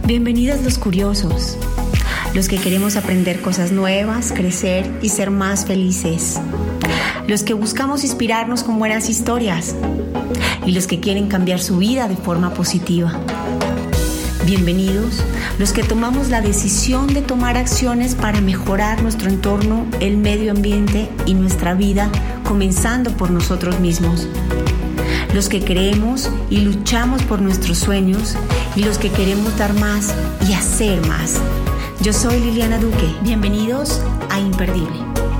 Bienvenidos los curiosos, los que queremos aprender cosas nuevas, crecer y ser más felices, los que buscamos inspirarnos con buenas historias y los que quieren cambiar su vida de forma positiva. Bienvenidos los que tomamos la decisión de tomar acciones para mejorar nuestro entorno, el medio ambiente y nuestra vida, comenzando por nosotros mismos. Los que creemos y luchamos por nuestros sueños y los que queremos dar más y hacer más. Yo soy Liliana Duque. Bienvenidos a Imperdible.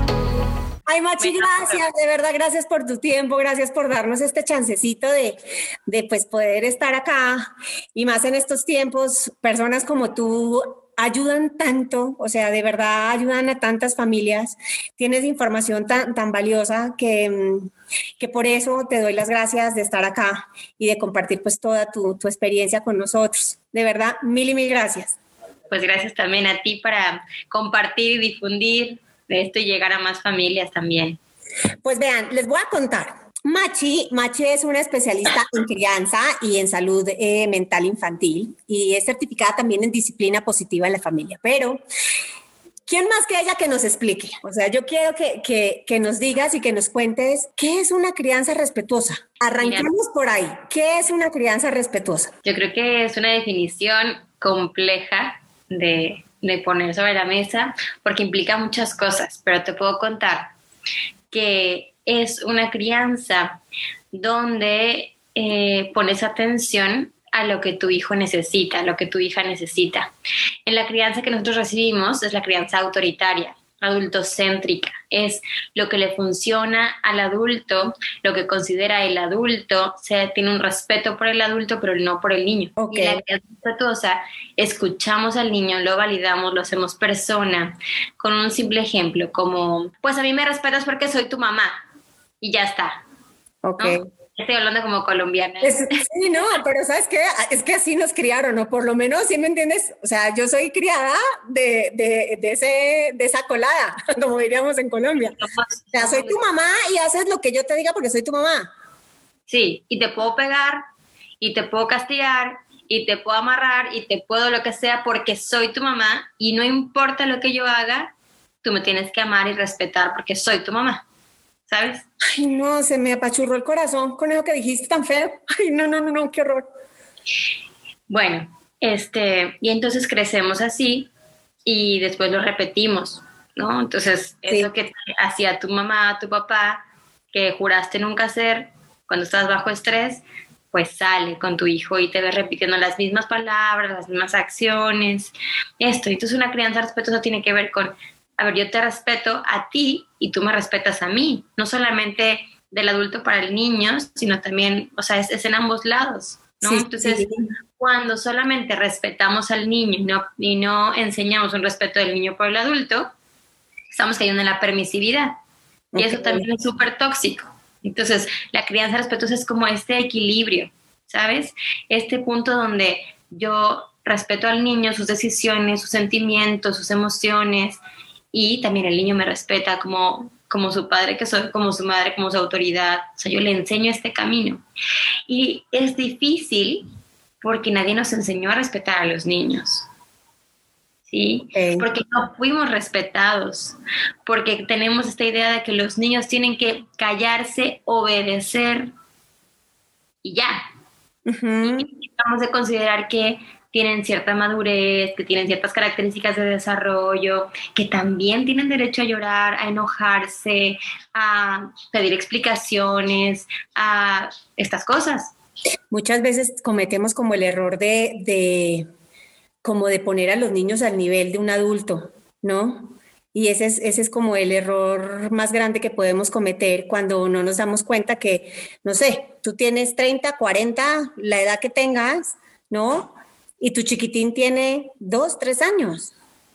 Ay, Machi, gracias, de verdad, gracias por tu tiempo, gracias por darnos este chancecito de pues poder estar acá, y más en estos tiempos. Personas como tú ayudan tanto, o sea, de verdad ayudan a tantas familias. Tienes información tan valiosa que por eso te doy las gracias de estar acá y de compartir pues toda tu experiencia con nosotros. De verdad, mil y mil gracias. Pues gracias también a ti para compartir y difundir de esto y llegar a más familias también. Pues vean, les voy a contar. Machi es una especialista en crianza y en salud mental infantil, y es certificada también en disciplina positiva en la familia. Pero, ¿quién más que ella que nos explique? O sea, yo quiero que nos digas y que nos cuentes qué es una crianza respetuosa. Arranquemos por ahí. ¿Qué es una crianza respetuosa? Yo creo que es una definición compleja de poner sobre la mesa, porque implica muchas cosas, pero te puedo contar que es una crianza donde pones atención a lo que tu hijo necesita, a lo que tu hija necesita. En la crianza que nosotros recibimos es la crianza autoritaria, adultocéntrica, es lo que le funciona al adulto, lo que considera el adulto, tiene un respeto por el adulto, pero no por el niño. Okay. Y la crianza respetuosa, escuchamos al niño, lo validamos, lo hacemos persona, con un simple ejemplo, como, pues a mí me respetas porque soy tu mamá, y ya está. Okay. ¿No? Estoy hablando como colombiana. Sí, no, pero ¿sabes qué? Es que así nos criaron, ¿no? Por lo menos, ¿sí me entiendes? O sea, yo soy criada de esa colada, como diríamos en Colombia. O sea, soy tu mamá y haces lo que yo te diga porque soy tu mamá. Sí, y te puedo pegar, y te puedo castigar, y te puedo amarrar, y te puedo lo que sea porque soy tu mamá, y no importa lo que yo haga, tú me tienes que amar y respetar porque soy tu mamá. ¿Sabes? Ay, no, se me apachurró el corazón con eso que dijiste tan feo. Ay, no, qué horror. Bueno, y entonces crecemos así y después lo repetimos, ¿no? Entonces, sí, eso que hacía tu mamá, tu papá, que juraste nunca hacer cuando estás bajo estrés, pues sale con tu hijo y te ves repitiendo las mismas palabras, las mismas acciones, Entonces, una crianza respetuosa tiene que ver con, a ver, yo te respeto a ti y tú me respetas a mí, no solamente del adulto para el niño, sino también, o sea, es en ambos lados, ¿no? Sí, entonces, sí, cuando solamente respetamos al niño y no enseñamos un respeto del niño por el adulto, estamos cayendo en la permisividad. Okay. Y eso también es súper tóxico. Entonces, la crianza respetuosa es como este equilibrio, ¿sabes? Este punto donde yo respeto al niño, sus decisiones, sus sentimientos, sus emociones, y también el niño me respeta como su padre que soy, como su madre, como su autoridad. O sea, yo le enseño este camino. Y es difícil porque nadie nos enseñó a respetar a los niños, ¿sí? Okay. Porque no fuimos respetados, porque tenemos esta idea de que los niños tienen que callarse, obedecer y ya. Uh-huh. Y tratamos de considerar que tienen cierta madurez, que tienen ciertas características de desarrollo, que también tienen derecho a llorar, a enojarse, a pedir explicaciones, a estas cosas. Muchas veces cometemos como el error de poner a los niños al nivel de un adulto, ¿no? Y ese es como el error más grande que podemos cometer cuando no nos damos cuenta que, no sé, tú tienes 30, 40, la edad que tengas, ¿no? Y tu chiquitín tiene 2, 3 años.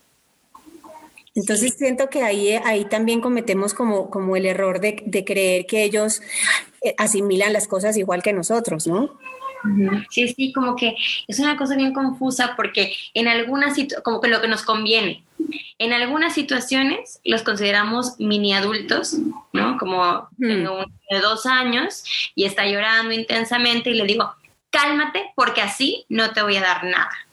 Entonces siento que ahí también cometemos como el error de creer que ellos asimilan las cosas igual que nosotros, ¿no? Sí, como que es una cosa bien confusa porque en algunas como que lo que nos conviene. En algunas situaciones los consideramos mini adultos, ¿no? Como tengo uno de 2 años y está llorando intensamente y le digo, cálmate porque así no te voy a dar nada.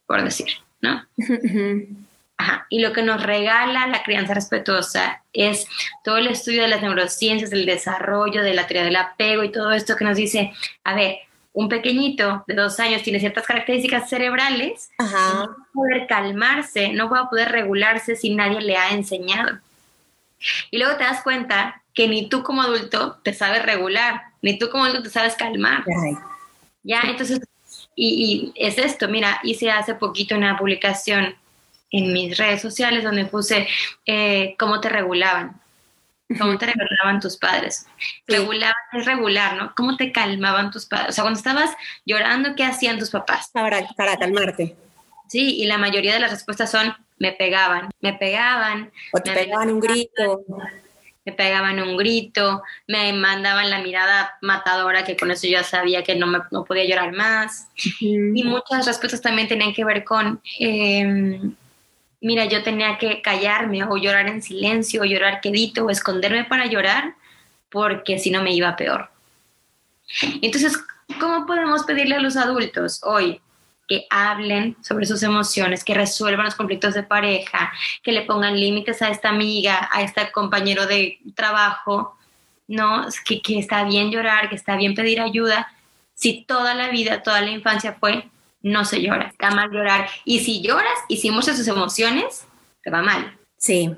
por decir, ¿no? Ajá. Y lo que nos regala la crianza respetuosa es todo el estudio de las neurociencias, del desarrollo, de la teoría del apego y todo esto que nos dice, a ver, un pequeñito de 2 años tiene ciertas características cerebrales, Ajá. y no va a poder calmarse, no va a poder regularse si nadie le ha enseñado. Y luego te das cuenta que ni tú como adulto te sabes regular, ni tú como adulto te sabes calmar. Ay. Ya, entonces, y es esto, mira, hice hace poquito una publicación en mis redes sociales donde puse cómo te regulaban. ¿Cómo te regulaban tus padres? Sí. Regulaban es regular, ¿no? ¿Cómo te calmaban tus padres? O sea, cuando estabas llorando, ¿qué hacían tus papás? Para calmarte. Sí, y la mayoría de las respuestas son, me pegaban. O te pegaban un grito. Me pegaban un grito, me mandaban la mirada matadora, que con eso yo sabía que no podía llorar más. Y muchas respuestas también tenían que ver con... mira, yo tenía que callarme o llorar en silencio o llorar quedito o esconderme para llorar porque si no me iba peor. Entonces, ¿cómo podemos pedirle a los adultos hoy que hablen sobre sus emociones, que resuelvan los conflictos de pareja, que le pongan límites a esta amiga, a este compañero de trabajo, ¿no? Que está bien llorar, que está bien pedir ayuda, si toda la vida, toda la infancia fue... No se llora, está mal llorar. Y si lloras y si muestras tus emociones, te va mal. Sí.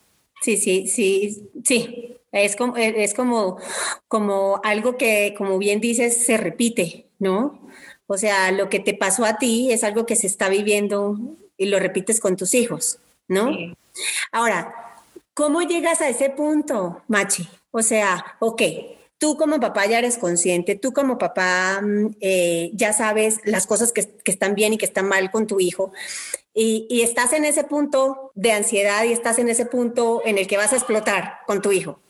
Es como algo que, como bien dices, se repite, ¿no? O sea, lo que te pasó a ti es algo que se está viviendo y lo repites con tus hijos, ¿no? Sí. Ahora, ¿cómo llegas a ese punto, Machi? O sea, ok, tú como papá ya eres consciente, tú como papá ya sabes las cosas que están bien y que están mal con tu hijo y estás en ese punto de ansiedad y estás en ese punto en el que vas a explotar con tu hijo,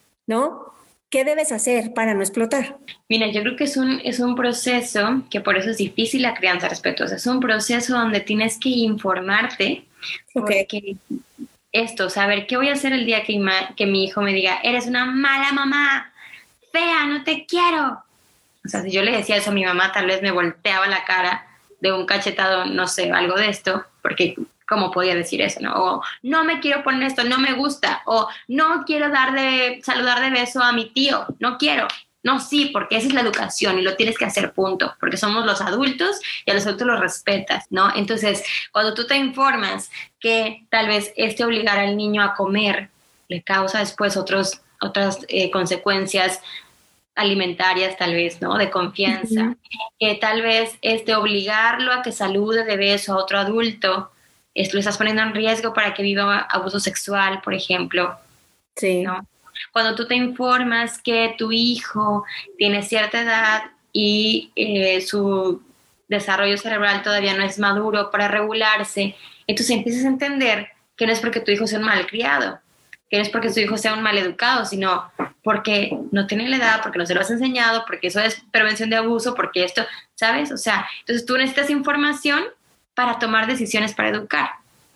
¿no? ¿Qué debes hacer para no explotar? Mira, yo creo que es un proceso, que por eso es difícil la crianza respetuosa, es un proceso donde tienes que informarte, Okay. porque esto, saber qué voy a hacer el día que mi hijo me diga, eres una mala mamá, fea, no te quiero. O sea, si yo le decía eso a mi mamá, tal vez me volteaba la cara de un cachetado, no sé, algo de esto, porque ¿cómo podía decir eso, no? O no me quiero poner esto, no me gusta, o no quiero saludar de beso a mi tío, no quiero. No, sí, porque esa es la educación y lo tienes que hacer, punto, porque somos los adultos y a los adultos los respetas, ¿no? Entonces, cuando tú te informas que tal vez obligar al niño a comer le causa después otras consecuencias alimentarias, tal vez, ¿no? De confianza, que tal vez obligarlo a que salude de beso a otro adulto, lo estás poniendo en riesgo para que viva abuso sexual, por ejemplo. Sí. ¿No? Cuando tú te informas que tu hijo tiene cierta edad y su desarrollo cerebral todavía no es maduro para regularse, entonces empiezas a entender que no es porque tu hijo sea un malcriado, que no es porque tu hijo sea un maleducado, sino porque no tiene la edad, porque no se lo has enseñado, porque eso es prevención de abuso, porque esto, ¿sabes? O sea, entonces tú necesitas información para tomar decisiones para educar.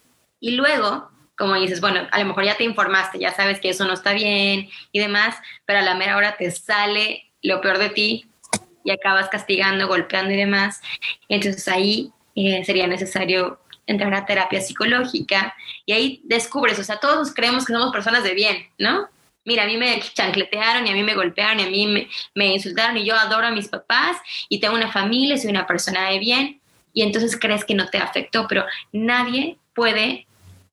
Y luego, como dices, bueno, a lo mejor ya te informaste, ya sabes que eso no está bien y demás, pero a la mera hora te sale lo peor de ti y acabas castigando, golpeando y demás. Entonces ahí sería necesario entrar a terapia psicológica y ahí descubres, o sea, todos creemos que somos personas de bien, ¿no? Mira, a mí me chancletearon y a mí me golpearon y a mí me insultaron y yo adoro a mis papás y tengo una familia y soy una persona de bien y entonces crees que no te afectó, pero nadie puede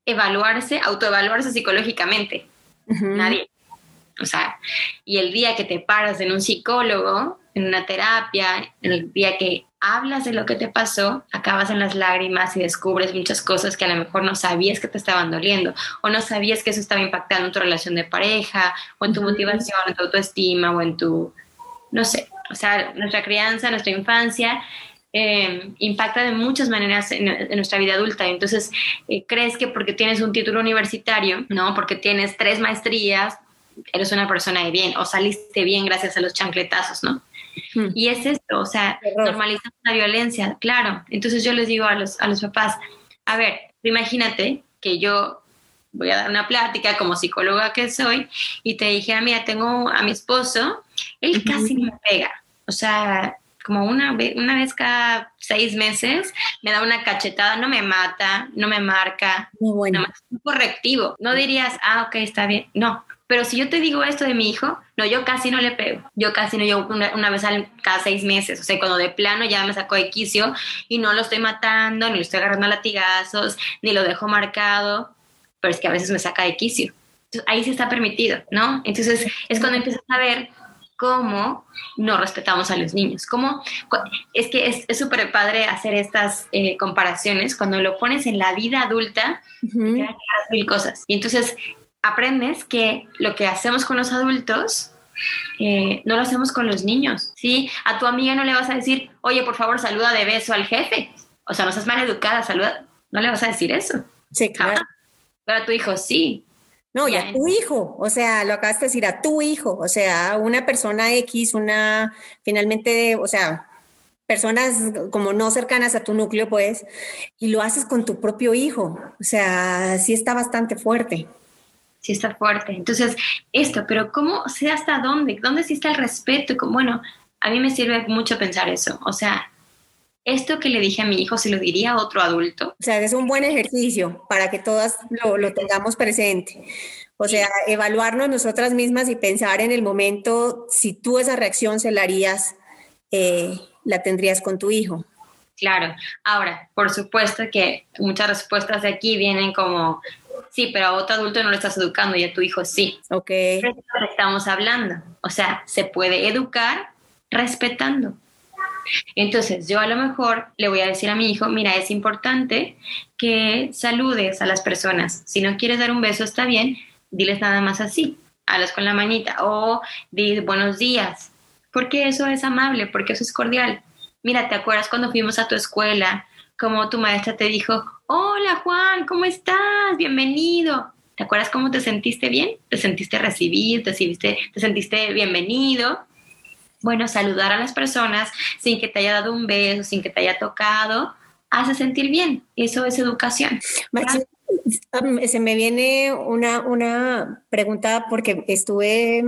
autoevaluarse psicológicamente. Nadie. O sea, y el día que te paras en un psicólogo, en una terapia, el día que hablas de lo que te pasó, acabas en las lágrimas y descubres muchas cosas que a lo mejor no sabías que te estaban doliendo o no sabías que eso estaba impactando en tu relación de pareja o en tu motivación, en tu autoestima o en tu, no sé, o sea, nuestra crianza, nuestra infancia impacta de muchas maneras en nuestra vida adulta. Entonces, crees que porque tienes un título universitario, ¿no? Porque tienes 3 maestrías, eres una persona de bien o saliste bien gracias a los chancletazos, ¿no? Y es esto, o sea, normalizamos la violencia, claro. Entonces yo les digo a los papás, a ver, imagínate que yo voy a dar una plática como psicóloga que soy y te dije, mira, tengo a mi esposo, él casi no me pega, o sea, como una vez cada 6 meses, me da una cachetada, no me mata, no me marca, muy bueno. nada más un correctivo. No dirías, ok, está bien, no. Pero si yo te digo esto de mi hijo, no, yo casi no le pego. Yo casi no, yo una vez cada 6 meses. O sea, cuando de plano ya me sacó de quicio y no lo estoy matando, ni lo estoy agarrando a latigazos, ni lo dejo marcado, pero es que a veces me saca de quicio. Entonces, ahí sí está permitido, ¿no? Entonces es cuando empiezas a ver cómo no respetamos a los niños. Es que es súper padre hacer estas comparaciones. Cuando lo pones en la vida adulta, te quedan claras mil cosas. Y entonces aprendes que lo que hacemos con los adultos no lo hacemos con los niños, ¿sí? A tu amiga no le vas a decir, oye, por favor, saluda de beso al jefe. O sea, no seas maleducada, saluda. No le vas a decir eso. Sí, claro. Pero a tu hijo sí. No, y a tu hijo, o sea, lo acabas de decir, a tu hijo, o sea, una persona X, finalmente, o sea, personas como no cercanas a tu núcleo, pues, y lo haces con tu propio hijo, o sea, sí está bastante fuerte. Sí está fuerte. Entonces, pero ¿cómo sé hasta dónde? ¿Dónde sí está el respeto? Bueno, a mí me sirve mucho pensar eso, o sea, esto que le dije a mi hijo se lo diría a otro adulto. O sea, es un buen ejercicio para que todas lo tengamos presente. O sea, evaluarnos nosotras mismas y pensar en el momento si tú esa reacción se la harías, la tendrías con tu hijo. Claro. Ahora, por supuesto que muchas respuestas de aquí vienen como, sí, pero a otro adulto no lo estás educando y a tu hijo sí. Ok. Pero es lo que estamos hablando. O sea, se puede educar respetando. Entonces, yo a lo mejor le voy a decir a mi hijo, mira, es importante que saludes a las personas. Si no quieres dar un beso, está bien, diles nada más así, hablas con la manita, o di buenos días, porque eso es amable, porque eso es cordial. Mira, ¿te acuerdas cuando fuimos a tu escuela? Como tu maestra te dijo, hola Juan, ¿cómo estás? Bienvenido. ¿Te acuerdas cómo te sentiste bien? ¿Te sentiste recibido? ¿Te sentiste bienvenido? Bueno, saludar a las personas sin que te haya dado un beso, sin que te haya tocado, hace sentir bien. Eso es educación. Maxi, se me viene una pregunta porque estuve...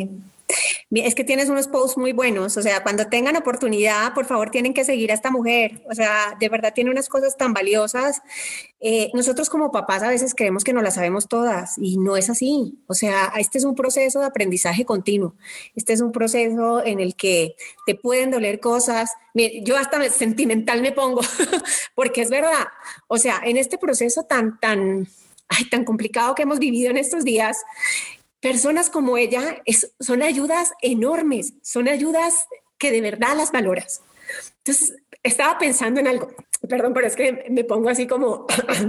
es que tienes unos posts muy buenos, o sea, cuando tengan oportunidad, por favor, tienen que seguir a esta mujer, o sea, de verdad tiene unas cosas tan valiosas. Nosotros como papás a veces creemos que no las sabemos todas y no es así, o sea, este es un proceso de aprendizaje continuo, este es un proceso en el que te pueden doler cosas. Mira, yo hasta sentimental me pongo, porque es verdad, o sea, en este proceso tan complicado que hemos vivido en estos días, personas como ella son ayudas enormes, son ayudas que de verdad las valoras. Entonces, estaba pensando en algo, perdón, pero es que me pongo así como...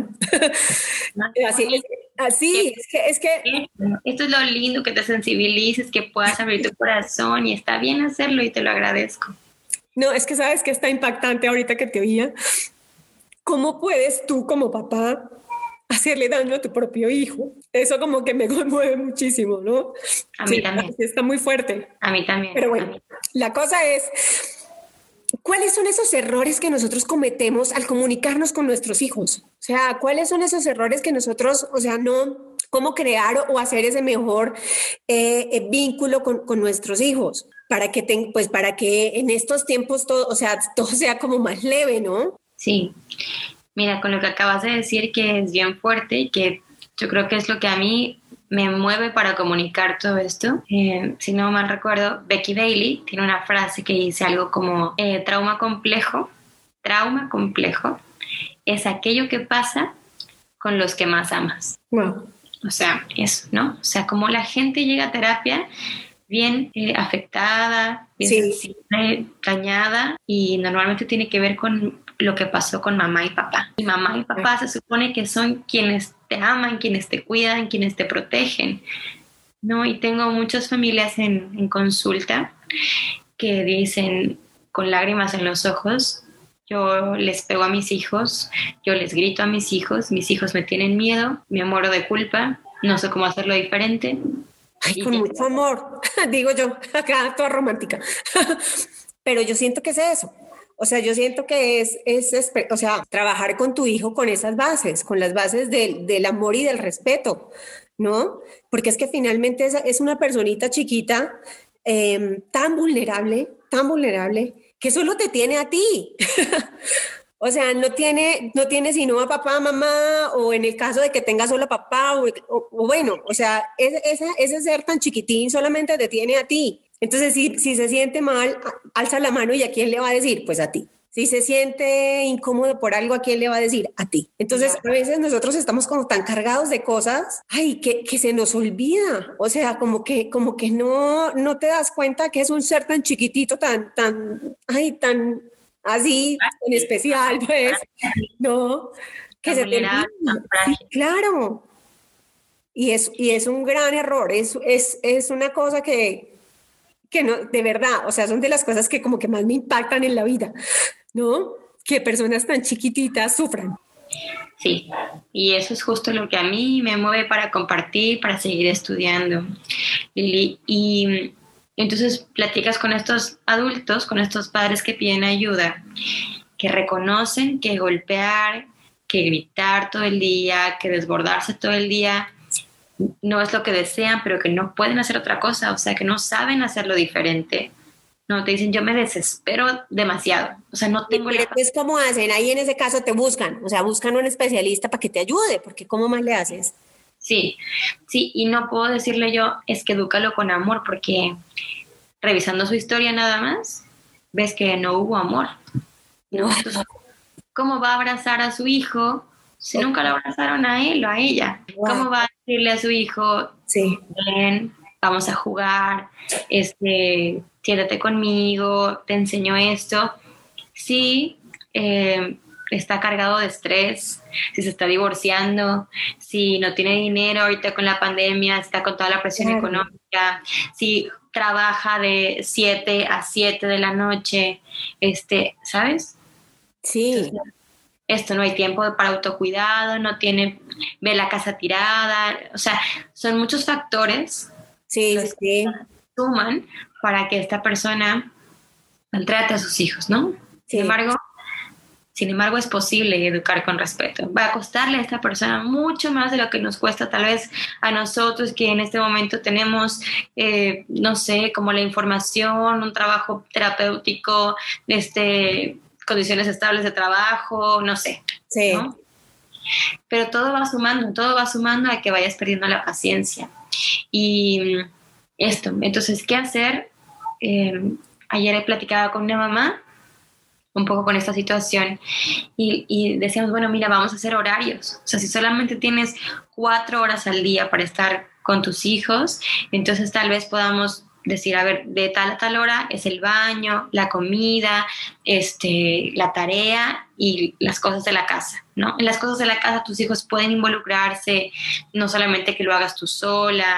es que... Esto es lo lindo, que te sensibilices, que puedas abrir tu corazón y está bien hacerlo y te lo agradezco. No, es que sabes que está impactante ahorita que te oía. ¿Cómo puedes tú como papá hacerle daño a tu propio hijo? Eso como que me conmueve muchísimo, ¿no? A mí también. Está muy fuerte. A mí también. Pero bueno, la cosa es, ¿cuáles son esos errores que nosotros cometemos al comunicarnos con nuestros hijos? O sea, ¿cuáles son esos errores que nosotros, o sea, no, cómo crear o hacer ese mejor vínculo con nuestros hijos? Para que en estos tiempos todo sea como más leve, ¿no? Sí. Mira, con lo que acabas de decir, que es bien fuerte y que yo creo que es lo que a mí me mueve para comunicar todo esto. Si no mal recuerdo, Becky Bailey tiene una frase que dice algo como trauma complejo es aquello que pasa con los que más amas. Wow. O sea, eso, ¿no? O sea, como la gente llega a terapia bien afectada, bien sensible, dañada, y normalmente tiene que ver con lo que pasó con mamá y papá. Y mamá y papá se supone que son quienes te aman, quienes te cuidan, quienes te protegen, ¿no? Y tengo muchas familias en consulta que dicen con lágrimas en los ojos, yo les pego a mis hijos, yo les grito a mis hijos me tienen miedo, me muero de culpa, no sé cómo hacerlo diferente. Ay, con mucho amor, digo yo, acá toda romántica. Pero yo siento que es eso. O sea, yo siento que es trabajar con tu hijo con esas bases, con las bases del amor y del respeto, ¿no? Porque es que finalmente es una personita chiquita tan vulnerable, que solo te tiene a ti. O sea, no tiene sino a papá, mamá, o en el caso de que tenga solo a papá, o bueno, o sea, ese ser tan chiquitín solamente te tiene a ti. Entonces, si se siente mal, alza la mano y ¿a quién le va a decir? Pues a ti. Si se siente incómodo por algo, ¿a quién le va a decir? A ti. Entonces, a veces nosotros estamos como tan cargados de cosas, ay, que se nos olvida. O sea, como que no te das cuenta que es un ser tan chiquitito, tan así, tan especial, pues, ¿no? Que se te olvida. Sí, claro. Y es un gran error. Es una cosa que no, de verdad, o sea, son de las cosas que como que más me impactan en la vida, ¿no? Que personas tan chiquititas sufran. Sí, y eso es justo lo que a mí me mueve para compartir, para seguir estudiando, Lili. Y entonces platicas con estos adultos, con estos padres que piden ayuda, que reconocen que golpear, que gritar todo el día, que desbordarse todo el día no es lo que desean, pero que no pueden hacer otra cosa, o sea, que no saben hacerlo diferente. No, te dicen, yo me desespero demasiado, o sea, no tengo... Pero entonces, ¿cómo hacen? Ahí en ese caso te buscan, o sea, buscan un especialista para que te ayude, porque ¿cómo más le haces? Sí, y no puedo decirle yo, es que edúcalo con amor, porque revisando su historia nada más, ves que no hubo amor, ¿no? Entonces, ¿cómo va a abrazar a su hijo si nunca lo abrazaron a él o a ella? Wow. ¿Cómo va a decirle a su hijo, sí, ven, vamos a jugar, siéntate conmigo, te enseño esto? Sí, está cargado de estrés, si se está divorciando, si no tiene dinero ahorita con la pandemia, está con toda la presión económica, si trabaja de 7 a 7 de la noche, ¿sabes? Sí. Entonces, esto no hay tiempo para autocuidado, ve la casa tirada, o sea, son muchos factores que suman para que esta persona maltrate a sus hijos, ¿no? Sí. Sin embargo, es posible educar con respeto. Va a costarle a esta persona mucho más de lo que nos cuesta tal vez a nosotros, que en este momento tenemos, no sé, como la información, un trabajo terapéutico, condiciones estables de trabajo, no sé. Sí. ¿No? Pero todo va sumando a que vayas perdiendo la paciencia. Y entonces, ¿qué hacer? Ayer he platicado con una mamá un poco con esta situación y decíamos, bueno, mira, vamos a hacer horarios. O sea, si solamente tienes 4 horas al día para estar con tus hijos, entonces tal vez podamos decir, a ver, de tal a tal hora es el baño, la comida, la tarea y las cosas de la casa, ¿no? En las cosas de la casa tus hijos pueden involucrarse, no solamente que lo hagas tú sola,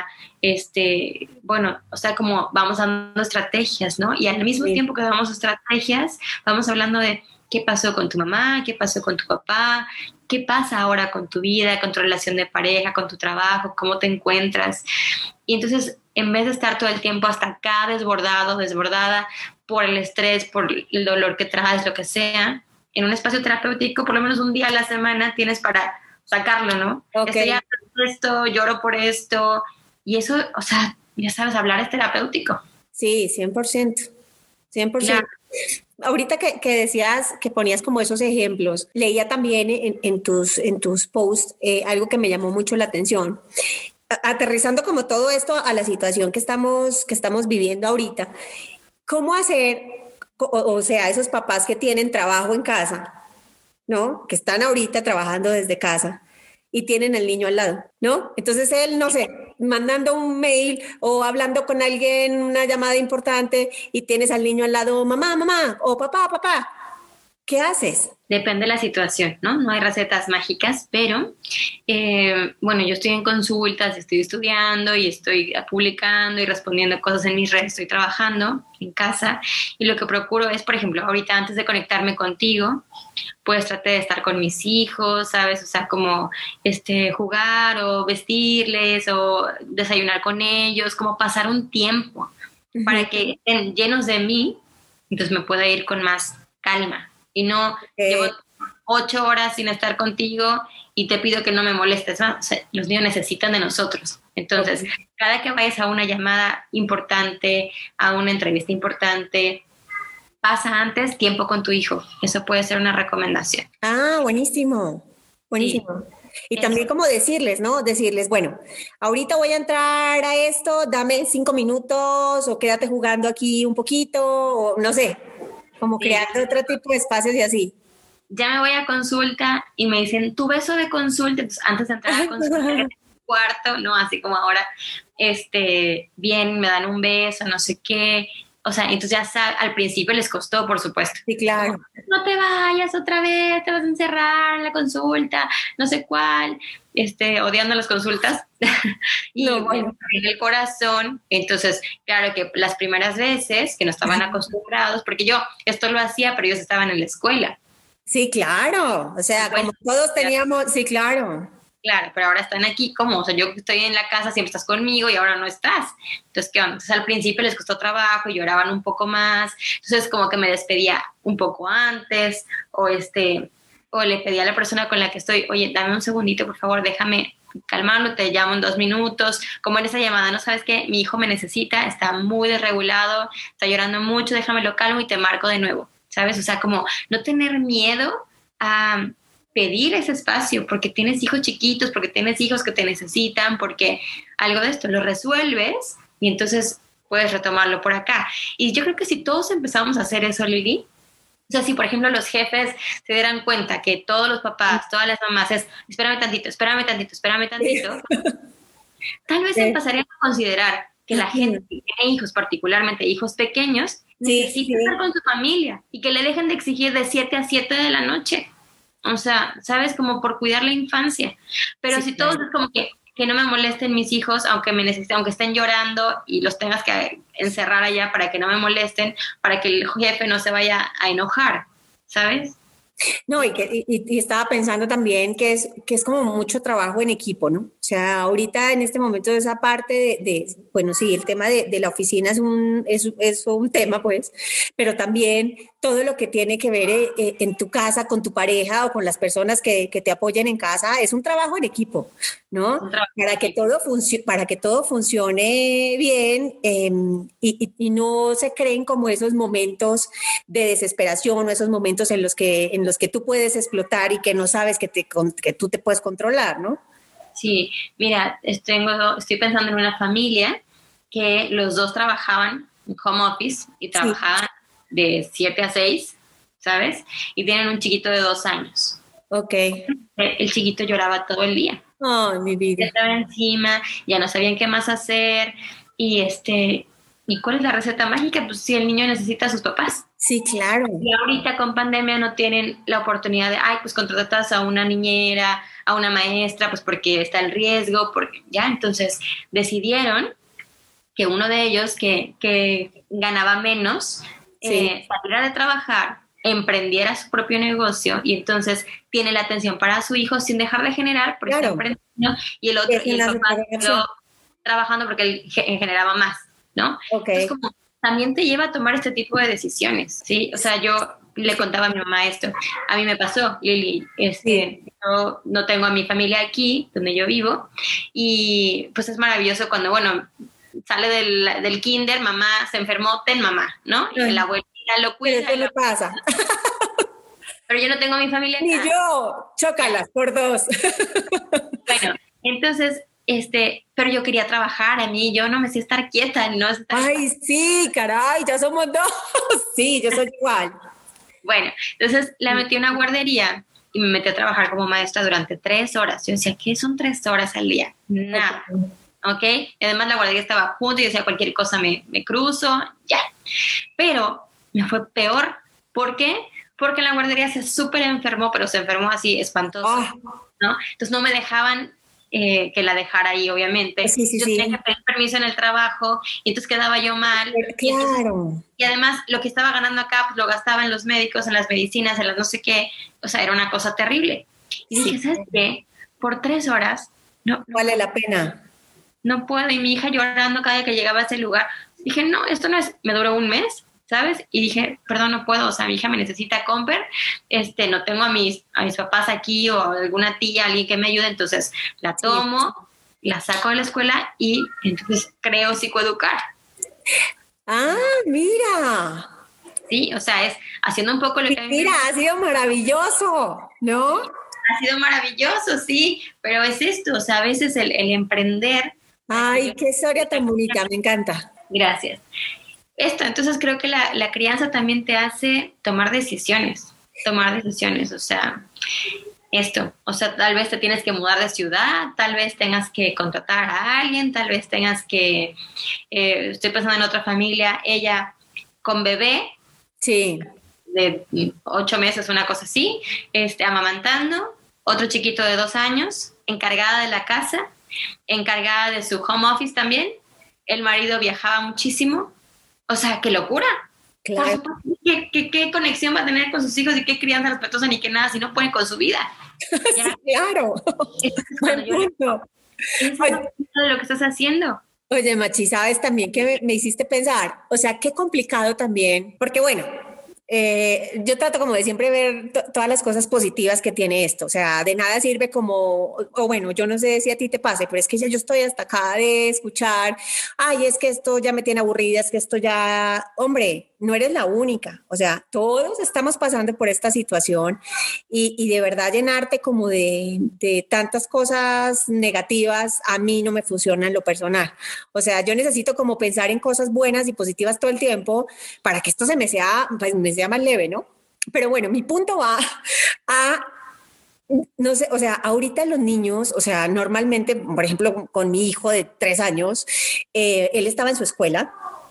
bueno, o sea, como vamos dando estrategias, ¿no? Y al mismo tiempo que damos estrategias, vamos hablando de qué pasó con tu mamá, qué pasó con tu papá, qué pasa ahora con tu vida, con tu relación de pareja, con tu trabajo, cómo te encuentras. Y entonces, en vez de estar todo el tiempo hasta acá desbordada por el estrés, por el dolor que traes, lo que sea, en un espacio terapéutico, por lo menos un día a la semana tienes para sacarlo, ¿no? Okay. Estoy lloro por esto, y eso, o sea, ya sabes, hablar es terapéutico. Sí, 100%. 100%. Claro. Ahorita que decías, que ponías como esos ejemplos, leía también en tus posts algo que me llamó mucho la atención. Aterrizando como todo esto a la situación que estamos viviendo ahorita, ¿cómo hacer, o sea, esos papás que tienen trabajo en casa, ¿no? Que están ahorita trabajando desde casa y tienen al niño al lado, ¿no? Entonces él, no sé, mandando un mail o hablando con alguien, una llamada importante y tienes al niño al lado, mamá, o papá, ¿qué haces? Depende de la situación, ¿no? No hay recetas mágicas, pero bueno, yo estoy en consultas, estoy estudiando y estoy publicando y respondiendo cosas en mis redes, estoy trabajando en casa y lo que procuro es, por ejemplo, ahorita antes de conectarme contigo, pues traté de estar con mis hijos, ¿sabes? O sea, como jugar o vestirles o desayunar con ellos, como pasar un tiempo para que estén llenos de mí, entonces me pueda ir con más calma. Y no llevo 8 horas sin estar contigo y te pido que no me molestes, ¿no? O sea, los niños necesitan de nosotros. Entonces, cada que vayas a una llamada importante, a una entrevista importante, pasa antes tiempo con tu hijo. Eso puede ser una recomendación. Ah, buenísimo, buenísimo. Sí. Y también como decirles, ¿no? Decirles, bueno, ahorita voy a entrar a esto, dame 5 minutos o quédate jugando aquí un poquito, o no sé, como creando otro tipo de espacios y así. Ya me voy a consulta y me dicen, tu beso de consulta, entonces antes de entrar a consulta, cuarto, no, así como ahora, bien, me dan un beso, no sé qué. O sea, entonces ya al principio les costó, por supuesto. Sí, claro. Como, no te vayas otra vez, te vas a encerrar en la consulta, no sé cuál, odiando las consultas. Y no, bueno, en el corazón, entonces, claro que las primeras veces que no estaban acostumbrados, porque yo esto lo hacía, pero ellos estaban en la escuela. Sí, claro. O sea, como todos teníamos, sí, claro. Claro, pero ahora están aquí, ¿cómo? O sea, yo estoy en la casa, siempre estás conmigo y ahora no estás. Entonces, ¿qué onda? Entonces, al principio les costó trabajo y lloraban un poco más. Entonces, como que me despedía un poco antes o le pedía a la persona con la que estoy, oye, dame un segundito, por favor, déjame calmarlo, te llamo en 2 minutos. Como en esa llamada, ¿no sabes qué? Mi hijo me necesita, está muy desregulado, está llorando mucho, déjamelo calmo y te marco de nuevo, ¿sabes? O sea, como no tener miedo a pedir ese espacio, porque tienes hijos chiquitos, porque tienes hijos que te necesitan, porque algo de esto lo resuelves y entonces puedes retomarlo por acá. Y yo creo que si todos empezamos a hacer eso, Lili, o sea, si por ejemplo los jefes se dieran cuenta que todos los papás, todas las mamás es, espérame tantito, tal vez empezarían a considerar que la gente que tiene hijos, particularmente hijos pequeños, necesita estar con su familia y que le dejen de exigir de 7 a 7 de la noche. O sea, ¿sabes? Como por cuidar la infancia. Pero si todos es como que no me molesten mis hijos, aunque me necesiten, aunque estén llorando y los tengas que encerrar allá para que no me molesten, para que el jefe no se vaya a enojar, ¿sabes? No, y estaba pensando también que es como mucho trabajo en equipo, ¿no? O sea, ahorita en este momento esa parte bueno, sí, el tema de la oficina es un tema, pues, pero también todo lo que tiene que ver en tu casa, con tu pareja o con las personas que te apoyan en casa, es un trabajo en equipo, ¿no? Para que todo funcione bien y no se creen como esos momentos de desesperación o esos momentos en los que tú puedes explotar y que no sabes que tú te puedes controlar, ¿no? Sí, mira, estoy pensando en una familia que los dos trabajaban en home office y trabajaban de 7 a 6, ¿sabes? Y tienen un chiquito de 2 años. Ok. El chiquito lloraba todo el día. Ay, mi vida. Estaba encima, ya no sabían qué más hacer ¿y cuál es la receta mágica? Pues si el niño necesita a sus papás. Sí, claro. Y ahorita con pandemia no tienen la oportunidad de, pues contratas a una niñera, a una maestra, pues porque está el riesgo, porque ya, entonces decidieron que uno de ellos que ganaba menos, saliera de trabajar, emprendiera su propio negocio y entonces tiene la atención para su hijo sin dejar de generar, porque está emprendiendo, y el otro, y el papá trabajando porque él generaba más, ¿no? Okay. Entonces, como también te lleva a tomar este tipo de decisiones, ¿sí? O sea, yo le contaba a mi mamá esto. A mí me pasó, Lili, yo no tengo a mi familia aquí, donde yo vivo, y pues es maravilloso cuando, bueno, sale del kinder, mamá se enfermó, ten mamá, ¿no? Y la abuelita lo cuida. Pero ¿qué le pasa? Pero yo no tengo a mi familia acá. Ni yo, chócalas por 2. Bueno, entonces... pero yo quería trabajar, a mí yo no me sé estar quieta, no sé estar... Ay, sí, caray, ya somos 2. Sí, yo soy igual. Bueno, entonces la metí a una guardería y me metí a trabajar como maestra durante 3 horas. Yo decía, ¿qué son 3 horas al día? Nada, ¿ok? Y además la guardería estaba junto y yo decía, cualquier cosa me cruzo, ya. Pero me fue peor. ¿Por qué? Porque en la guardería se súper enfermó, pero se enfermó así espantoso, ¿no? Entonces no me dejaban que la dejara ahí, obviamente. Yo tenía que pedir permiso en el trabajo y entonces quedaba yo mal. Claro. Y además lo que estaba ganando acá pues lo gastaba en los médicos, en las medicinas, en las no sé qué. O sea, era una cosa terrible. Y dije, ¿sabes qué? Por 3 horas no vale la pena. No puedo. Y mi hija llorando cada vez que llegaba a ese lugar. Dije, no, esto no es... Me duró 1 mes, ¿sabes? Y dije, perdón, no puedo, o sea, mi hija me necesita Comper, no tengo a mis papás aquí o alguna tía, alguien que me ayude, entonces la tomo, la saco de la escuela y entonces creo psicoeducar. Ah, mira. Sí, o sea, es haciendo un poco lo que a mí Mira, ha sido maravilloso, ¿no? ha sido maravilloso, sí, pero es esto, o sea, a veces el emprender. Ay, qué historia tan bonita, me encanta. Gracias. Esto, entonces creo que la crianza también te hace tomar decisiones, o sea, esto, o sea, tal vez te tienes que mudar de ciudad, tal vez tengas que contratar a alguien, tal vez tengas que, estoy pensando en otra familia, ella con bebé, Sí. de 8 meses, una cosa así, amamantando, otro chiquito de 2 años, encargada de la casa, encargada de su home office también, el marido viajaba muchísimo, o sea, qué locura. Claro. Por supuesto, ¿qué conexión va a tener con sus hijos y qué crianza respetuosa ni qué nada si no pueden con su vida? Sí, claro. Buen punto. ¿Es lo que estás haciendo? Oye, Machi, sabes también que me hiciste pensar, o sea, qué complicado también, porque bueno, yo trato como de siempre ver todas las cosas positivas que tiene esto, o sea, de nada sirve como, o bueno, yo no sé si a ti te pase, pero es que ya yo estoy hasta acá de escuchar, ay, es que esto ya me tiene aburrida, es que esto ya, hombre, no eres la única, o sea, todos estamos pasando por esta situación y de verdad llenarte como de tantas cosas negativas, a mí no me funciona en lo personal, o sea, yo necesito como pensar en cosas buenas y positivas todo el tiempo para que esto se me sea, pues, me sea más leve, ¿no? Pero bueno, mi punto va a, no sé, o sea, ahorita los niños, o sea, normalmente, por ejemplo, con mi hijo de 3 años, él estaba en su escuela.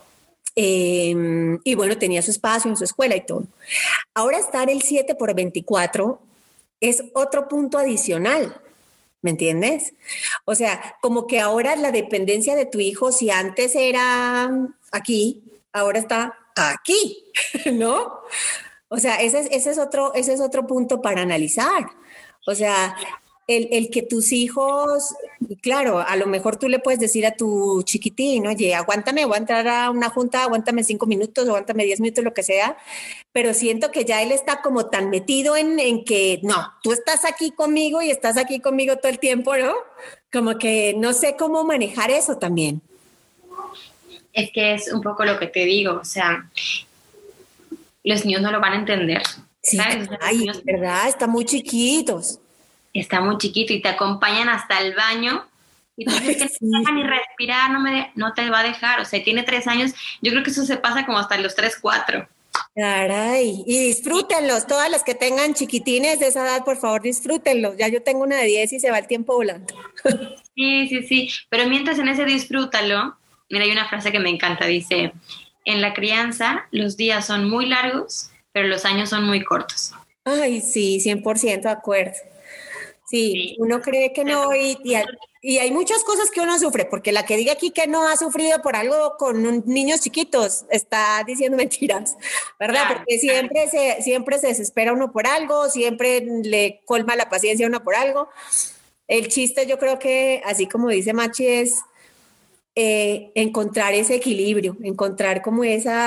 Y bueno, tenía su espacio en su escuela y todo. Ahora estar el 7 por 24 es otro punto adicional. ¿Me entiendes? O sea, como que ahora la dependencia de tu hijo, si antes era aquí, ahora está aquí, ¿no? O sea, ese es otro punto para analizar. O sea, el que tus hijos, claro, a lo mejor tú le puedes decir a tu chiquitín, oye, aguántame, voy a entrar a una junta, aguántame 5 minutos, aguántame 10 minutos, lo que sea, pero siento que ya él está como tan metido en que, no, tú estás aquí conmigo y estás aquí conmigo todo el tiempo, ¿no? Como que no sé cómo manejar eso también. Es que es un poco lo que te digo, o sea, los niños no lo van a entender, Sí, ¿sabes? O sea, ay, ¿verdad? Están muy chiquitos. está muy chiquito y te acompañan hasta el baño y tú dices que no deja ni respirar, no te va a dejar, o sea, tiene 3 años, yo creo que eso se pasa como hasta los 3, 4. Caray, y disfrútenlos, todas las que tengan chiquitines de esa edad, por favor, disfrútenlos. Ya yo tengo una de 10 y se va el tiempo volando. Sí, sí, sí, pero mientras en ese disfrútalo, mira, hay una frase que me encanta, dice, en la crianza los días son muy largos, pero los años son muy cortos. Ay, sí, 100% de acuerdo. Sí, Sí. uno cree que no y hay muchas cosas que uno sufre, porque la que diga aquí que no ha sufrido por algo con niños chiquitos está diciendo mentiras, ¿verdad? Claro, Porque siempre se desespera uno por algo, siempre le colma la paciencia a uno por algo. El chiste yo creo que, así como dice Machi, es encontrar ese equilibrio, encontrar como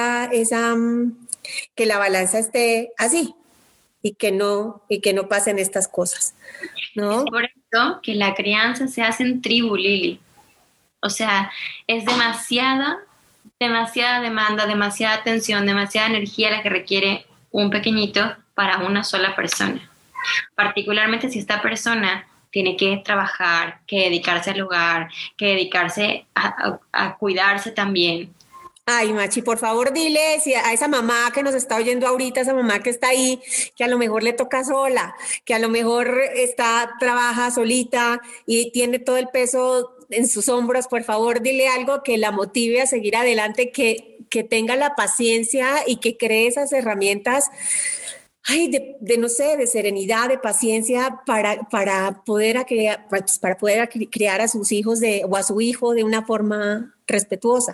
que la balanza esté así y que no pasen estas cosas, ¿no? es por eso que la crianza se hace en tribu, Lili. O sea, es demasiada demanda, demasiada atención, demasiada energía la que requiere un pequeñito para una sola persona. Particularmente si esta persona tiene que trabajar, que dedicarse al hogar, que dedicarse a cuidarse también. Ay, Machi, por favor, dile a esa mamá que nos está oyendo ahorita, esa mamá que está ahí, que a lo mejor le toca sola, que a lo mejor trabaja solita y tiene todo el peso en sus hombros, por favor, dile algo que la motive a seguir adelante, que tenga la paciencia y que cree esas herramientas, ay, no sé, de serenidad, de paciencia para poder criar a sus hijos o a su hijo de una forma respetuosa.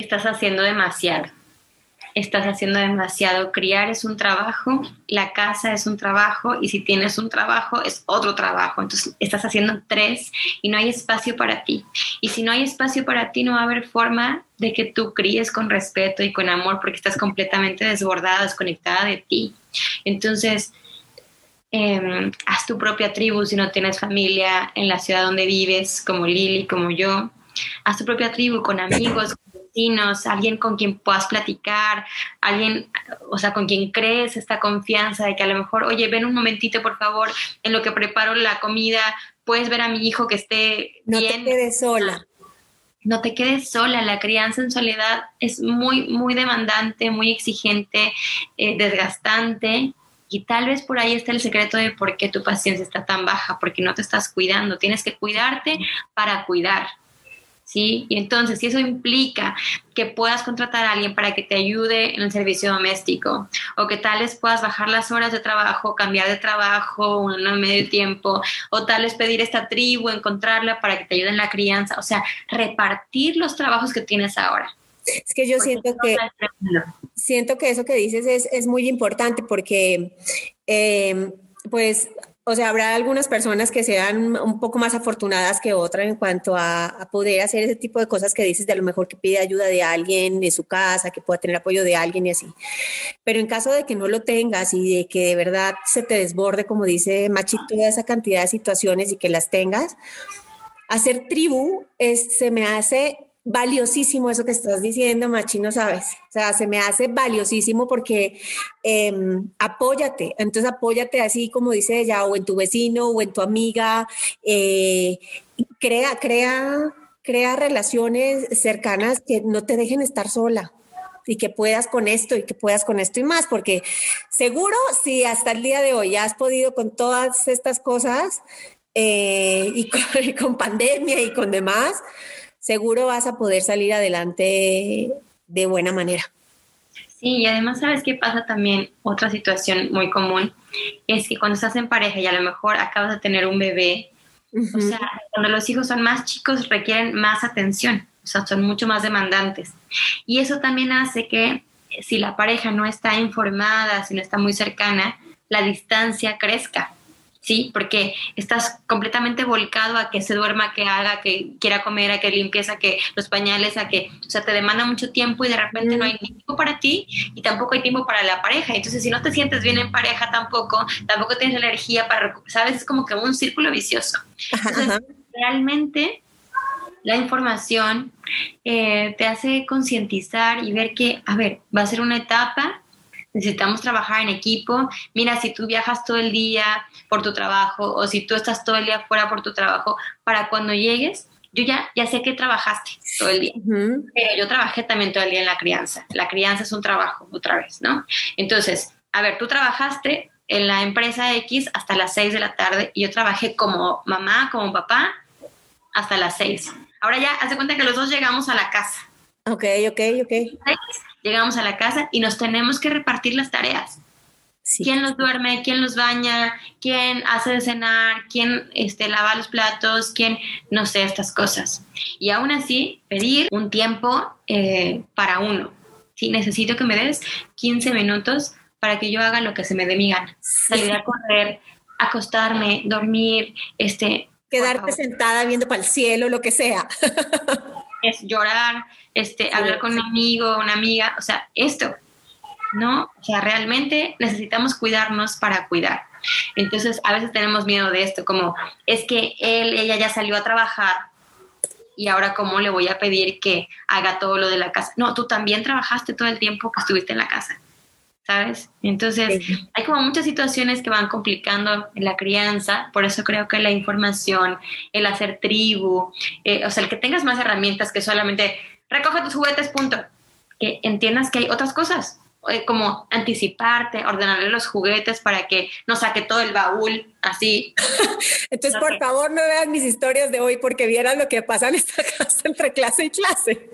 Estás haciendo demasiado. Criar es un trabajo, la casa es un trabajo y si tienes un trabajo es otro trabajo. Entonces estás haciendo 3 y no hay espacio para ti. Y si no hay espacio para ti no va a haber forma de que tú críes con respeto y con amor porque estás completamente desbordada, desconectada de ti. Entonces, haz tu propia tribu si no tienes familia en la ciudad donde vives, como Lili, como yo. Haz tu propia tribu con amigos, con vecinos, alguien con quien puedas platicar, alguien, o sea, con quien crees esta confianza de que a lo mejor, oye, ven un momentito, por favor, en lo que preparo la comida, puedes ver a mi hijo que esté No bien. te quedes sola. No te quedes sola, la crianza en soledad es muy, muy demandante, muy exigente, desgastante, y tal vez por ahí está el secreto de por qué tu paciencia está tan baja, porque no te estás cuidando, tienes que cuidarte para cuidar, ¿sí? Y entonces, si eso implica que puedas contratar a alguien para que te ayude en el servicio doméstico, o que tal vez puedas bajar las horas de trabajo, cambiar de trabajo, uno medio tiempo, o tal vez pedir esta tribu, encontrarla para que te ayude en la crianza, o sea, repartir los trabajos que tienes ahora. Es que yo siento que eso que dices es muy importante porque, pues, o sea, habrá algunas personas que sean un poco más afortunadas que otras en cuanto a poder hacer ese tipo de cosas que dices, de a lo mejor que pide ayuda de alguien de su casa, que pueda tener apoyo de alguien y así. Pero en caso de que no lo tengas y de que de verdad se te desborde, como dice Machi, toda esa cantidad de situaciones y que las tengas, hacer tribu se me hace valiosísimo eso que estás diciendo, Machi, no sabes. O sea, se me hace valiosísimo porque apóyate así como dice ella, o en tu vecino, o en tu amiga, crea relaciones cercanas que no te dejen estar sola y que puedas con esto y más, porque seguro si hasta el día de hoy ya has podido con todas estas cosas y con pandemia y con demás, seguro vas a poder salir adelante de buena manera. Sí, y además, ¿sabes qué pasa también? Otra situación muy común es que cuando estás en pareja y a lo mejor acabas de tener un bebé, o sea, cuando los hijos son más chicos requieren más atención, o sea, son mucho más demandantes. Y eso también hace que si la pareja no está informada, si no está muy cercana, la distancia crezca. Sí, porque estás completamente volcado a que se duerma, que haga, que quiera comer, a que limpies, a que los pañales, a que, o sea, te demanda mucho tiempo y de repente no hay tiempo para ti y tampoco hay tiempo para la pareja. Entonces, si no te sientes bien en pareja tampoco tienes energía para, ¿sabes? Es como que un círculo vicioso. Entonces, realmente la información te hace concientizar y ver que, a ver, va a ser una etapa. Necesitamos trabajar en equipo. Mira, si tú viajas todo el día por tu trabajo o si tú estás todo el día fuera por tu trabajo, para cuando llegues, yo ya sé que trabajaste todo el día, pero yo trabajé también todo el día en la crianza. La crianza es un trabajo, otra vez, ¿no? Entonces, a ver, tú trabajaste en la empresa X hasta las 6 de la tarde y yo trabajé como mamá, como papá, hasta las 6. Ahora ya, haz de cuenta que los dos llegamos a la casa. Ok. Llegamos a la casa y nos tenemos que repartir las tareas. Sí. ¿Quién los duerme? ¿Quién los baña? ¿Quién hace de cenar? ¿Quién lava los platos? ¿Quién? No sé, estas cosas. Y aún así, pedir un tiempo para uno. Sí, necesito que me des 15 minutos para que yo haga lo que se me dé mi gana. Salir a correr, acostarme, dormir, quedarte sentada viendo para el cielo, lo que sea. Es llorar, hablar con un amigo, una amiga, o sea, esto, ¿no? O sea, realmente necesitamos cuidarnos para cuidar. Entonces, a veces tenemos miedo de esto, como es que ella ya salió a trabajar y ahora ¿cómo le voy a pedir que haga todo lo de la casa? No, tú también trabajaste todo el tiempo que estuviste en la casa, ¿sabes? Entonces, hay como muchas situaciones que van complicando la crianza, por eso creo que la información, el hacer tribu, o sea, el que tengas más herramientas que solamente recoge tus juguetes, punto. Que entiendas que hay otras cosas, como anticiparte, ordenarle los juguetes para que no saque todo el baúl, así. Entonces, por favor, no vean mis historias de hoy porque vieran lo que pasa en esta casa entre clase y clase.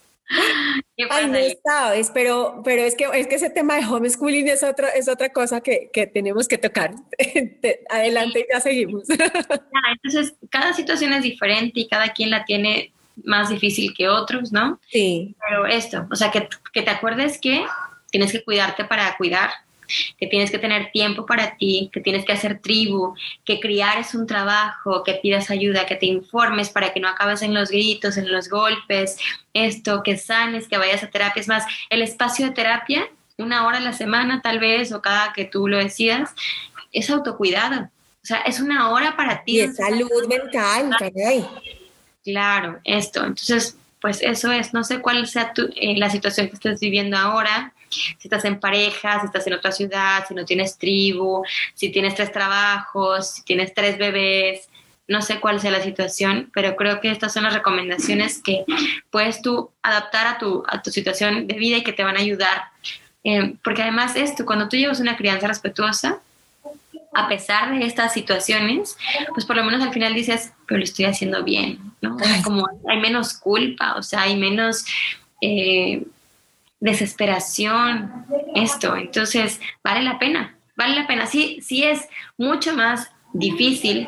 Ay, no sabes, pero es que ese tema de homeschooling es otra cosa que tenemos que tocar. Adelante, y ya seguimos. Entonces, cada situación es diferente y cada quien la tiene más difícil que otros, ¿no? Sí. Pero esto, o sea, que te acuerdes que tienes que cuidarte para cuidar, que tienes que tener tiempo para ti, que tienes que hacer tribu, que criar es un trabajo, que pidas ayuda, que te informes para que no acabes en los gritos, en los golpes, que sanes, que vayas a terapia. Es más, el espacio de terapia, 1 hora a la semana tal vez, o cada que tú lo decidas, es autocuidado. O sea, es 1 hora para ti. Y es salud mental, caray. Claro, Entonces, pues eso es, no sé cuál sea la situación que estés viviendo ahora, si estás en pareja, si estás en otra ciudad, si no tienes tribu, si tienes 3 trabajos, si tienes 3 bebés, no sé cuál sea la situación, pero creo que estas son las recomendaciones que puedes tú adaptar a tu situación de vida y que te van a ayudar. Porque además cuando tú llevas una crianza respetuosa, a pesar de estas situaciones, pues por lo menos al final dices, pero lo estoy haciendo bien, ¿no? O sea, como hay menos culpa, o sea, hay menos desesperación, entonces vale la pena, sí es mucho más difícil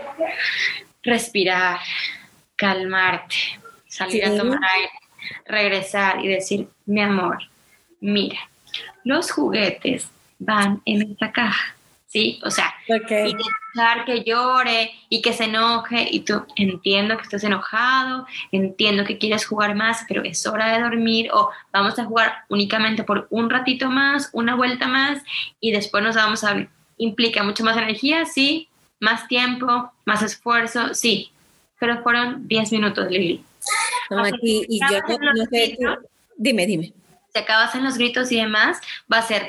respirar, calmarte, salir a tomar aire, regresar y decir, mi amor, mira, los juguetes van en esta caja, ¿sí? O sea, y dejar que llore y que se enoje y tú, entiendo que estés enojado, entiendo que quieres jugar más, pero es hora de dormir o vamos a jugar únicamente por un ratito más, una vuelta más y después nos vamos a... Implica mucho más energía, sí, más tiempo, más esfuerzo, sí, pero fueron 10 minutos, Lili. No, y yo no sé, dime. Si acabas en los gritos y demás, va a ser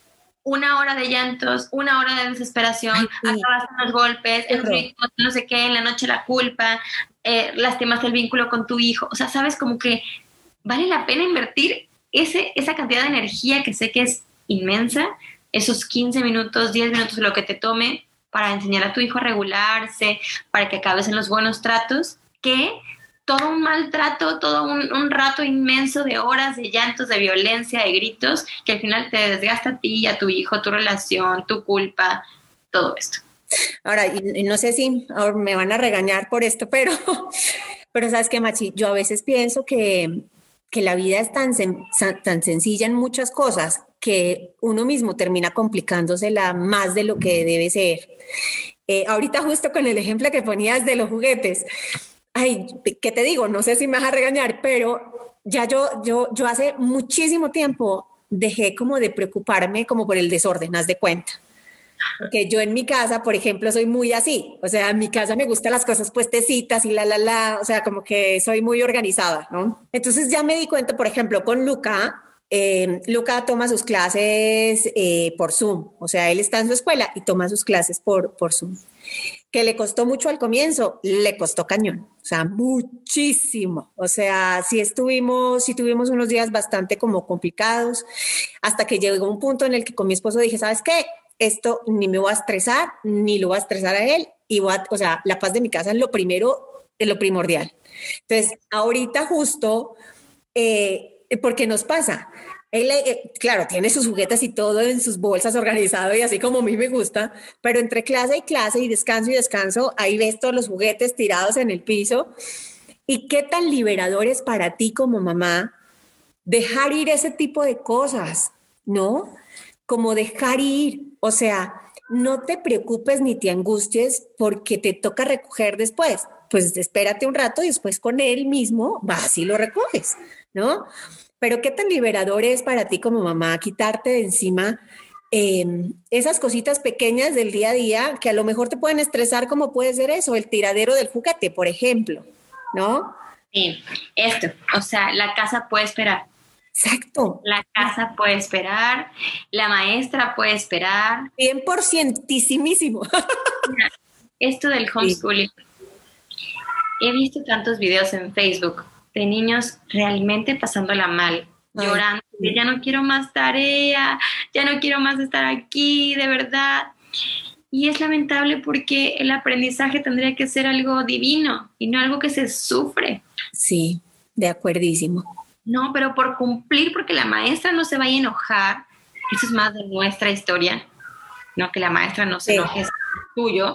1 hora de llantos, 1 hora de desesperación, acabas en los golpes, en los gritos, no sé qué, en la noche la culpa, lastimas el vínculo con tu hijo, o sea, sabes, como que vale la pena invertir esa cantidad de energía que sé que es inmensa, esos 15 minutos, 10 minutos, lo que te tome para enseñar a tu hijo a regularse, para que acabes en los buenos tratos, que todo un maltrato, todo un rato inmenso de horas de llantos, de violencia, de gritos, que al final te desgasta a ti, a tu hijo, tu relación, tu culpa, todo esto. Ahora, y no sé si ahora me van a regañar por esto, pero ¿sabes qué, Machi? Yo a veces pienso que la vida es tan sencilla en muchas cosas que uno mismo termina complicándosela más de lo que debe ser. Ahorita justo con el ejemplo que ponías de los juguetes, ay, ¿qué te digo? No sé si me vas a regañar, pero ya yo hace muchísimo tiempo dejé como de preocuparme como por el desorden, haz de cuenta. Porque yo en mi casa, por ejemplo, soy muy así. O sea, en mi casa me gustan las cosas puestecitas y o sea, como que soy muy organizada, ¿no? Entonces ya me di cuenta, por ejemplo, con Luca. Luca toma sus clases por Zoom. O sea, él está en su escuela y toma sus clases por Zoom. Que le costó mucho al comienzo, le costó cañón, o sea, muchísimo. O sea, sí tuvimos unos días bastante como complicados, hasta que llegó un punto en el que con mi esposo dije, ¿sabes qué? Esto ni me voy a estresar, ni lo voy a estresar a él, o sea, la paz de mi casa es lo primero, es lo primordial. Entonces, ahorita justo, porque nos pasa, él, claro, tiene sus juguetes y todo en sus bolsas organizado y así como a mí me gusta, pero entre clase y descanso, ahí ves todos los juguetes tirados en el piso. ¿Y qué tan liberador es para ti como mamá dejar ir ese tipo de cosas, ¿no? Como dejar ir, o sea, no te preocupes ni te angusties porque te toca recoger después. Pues espérate un rato y después con él mismo vas y lo recoges, ¿no? Pero qué tan liberador es para ti como mamá quitarte de encima esas cositas pequeñas del día a día que a lo mejor te pueden estresar, como puede ser eso, el tiradero del juguete, por ejemplo, ¿no? Sí, o sea, la casa puede esperar. Exacto. La casa puede esperar, la maestra puede esperar. 100%ísimo. Esto del homeschooling. Sí. He visto tantos videos en Facebook de niños realmente pasándola mal, llorando, que ya no quiero más tarea, ya no quiero más estar aquí, de verdad. Y es lamentable porque el aprendizaje tendría que ser algo divino y no algo que se sufre. Sí, de acuerdísimo. No, pero por cumplir, porque la maestra no se vaya a enojar, eso es más de nuestra historia, no que la maestra no se enoje, es tuyo.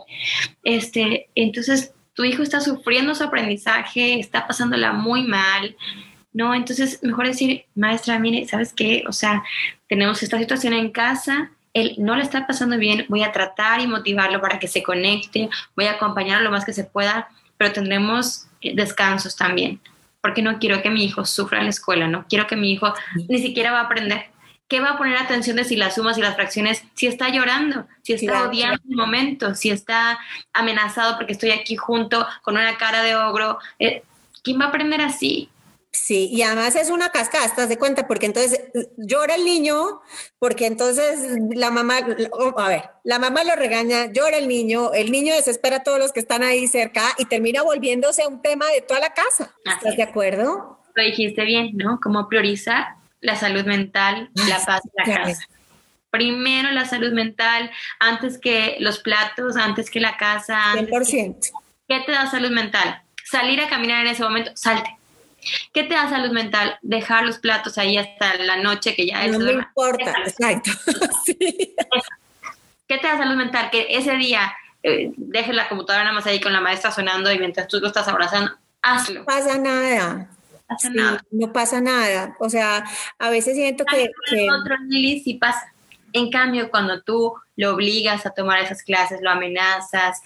Entonces, tu hijo está sufriendo su aprendizaje, está pasándola muy mal, ¿no? Entonces, mejor decir, maestra, mire, ¿sabes qué? O sea, tenemos esta situación en casa, él no le está pasando bien, voy a tratar y motivarlo para que se conecte, voy a acompañarlo lo más que se pueda, pero tendremos descansos también, porque no quiero que mi hijo sufra en la escuela, no quiero que mi hijo ni siquiera va a aprender. ¿Qué va a poner atención de si las sumas y las fracciones? Si está llorando, si está odiando el momento, si está amenazado porque estoy aquí junto con una cara de ogro. ¿Quién va a aprender así? Sí, y además es una cascada, ¿estás de cuenta? Porque entonces llora el niño, porque entonces la mamá, a ver, la mamá lo regaña, llora el niño desespera a todos los que están ahí cerca y termina volviéndose un tema de toda la casa. ¿Estás de acuerdo? Lo dijiste bien, ¿no? Como priorizar la salud mental, la paz de la casa. Primero la salud mental, antes que los platos, antes que la casa. 100%. ¿Qué te da salud mental? Salir a caminar en ese momento, salte. ¿Qué te da salud mental? Dejar los platos ahí hasta la noche que ya... No me importa, exacto. Sí. ¿Qué te da salud mental? Que ese día dejes la computadora nada más ahí con la maestra sonando y mientras tú lo estás abrazando, hazlo. No pasa nada. Pasa nada. No pasa nada. O sea, a veces siento que... Otro, Lili, sí pasa. En cambio, cuando tú lo obligas a tomar esas clases, lo amenazas,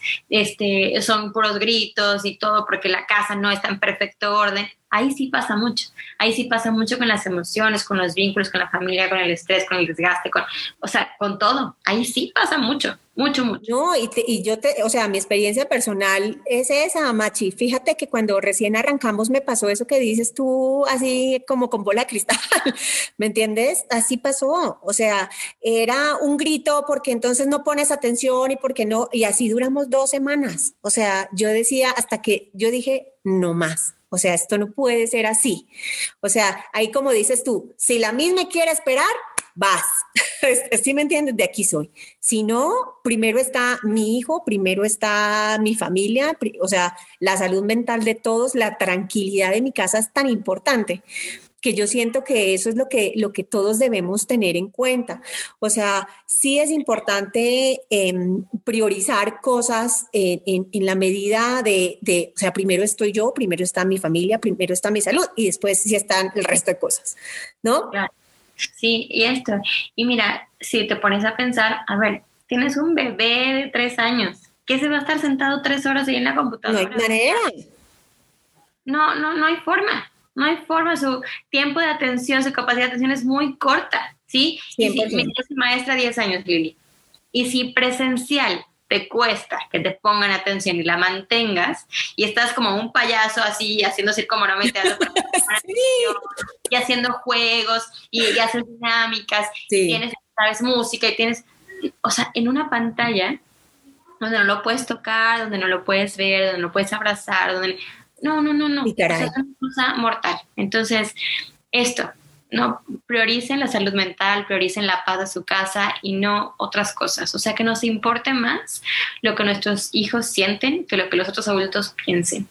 son puros gritos y todo porque la casa no está en perfecto orden, ahí sí pasa mucho. Ahí sí pasa mucho con las emociones, con los vínculos, con la familia, con el estrés, con el desgaste, con todo. Ahí sí pasa mucho, mucho, mucho. No, o sea, mi experiencia personal es esa, Machi. Fíjate que cuando recién arrancamos me pasó eso que dices tú, así como con bola de cristal, ¿me entiendes? Así pasó. O sea, era un grito porque entonces no pones atención y porque no, y así duramos 2 semanas. O sea, yo decía hasta que yo dije, no más. O sea, esto no puede ser así. O sea, ahí como dices tú, si la misma quiere esperar, vas. ¿Sí me entiendes? De aquí soy. Si no, primero está mi hijo, primero está mi familia, o sea, la salud mental de todos, la tranquilidad de mi casa es tan importante que yo siento que eso es lo que todos debemos tener en cuenta. O sea, sí es importante priorizar cosas en la medida o sea, primero estoy yo, primero está mi familia, primero está mi salud y después sí están el resto de cosas, ¿no? Claro. Sí, y mira, si te pones a pensar, a ver, tienes un bebé de 3 años, ¿qué se va a estar sentado 3 horas ahí en la computadora? No hay manera. No hay forma. No hay forma, su tiempo de atención, su capacidad de atención es muy corta, ¿sí? 100%. Y si mi maestra 10 años, Lili, y si presencial te cuesta que te pongan atención y la mantengas, y estás como un payaso así, haciendo circo monometeado, sí. Y haciendo juegos, y haces dinámicas, sí. Y tienes, sabes, música, y tienes, o sea, en una pantalla donde no lo puedes tocar, donde no lo puedes ver, donde no lo puedes abrazar, donde... No. Y caray. Es una cosa mortal. Entonces, no prioricen la salud mental, prioricen la paz de su casa y no otras cosas. O sea, que nos importe más lo que nuestros hijos sienten que lo que los otros adultos piensen.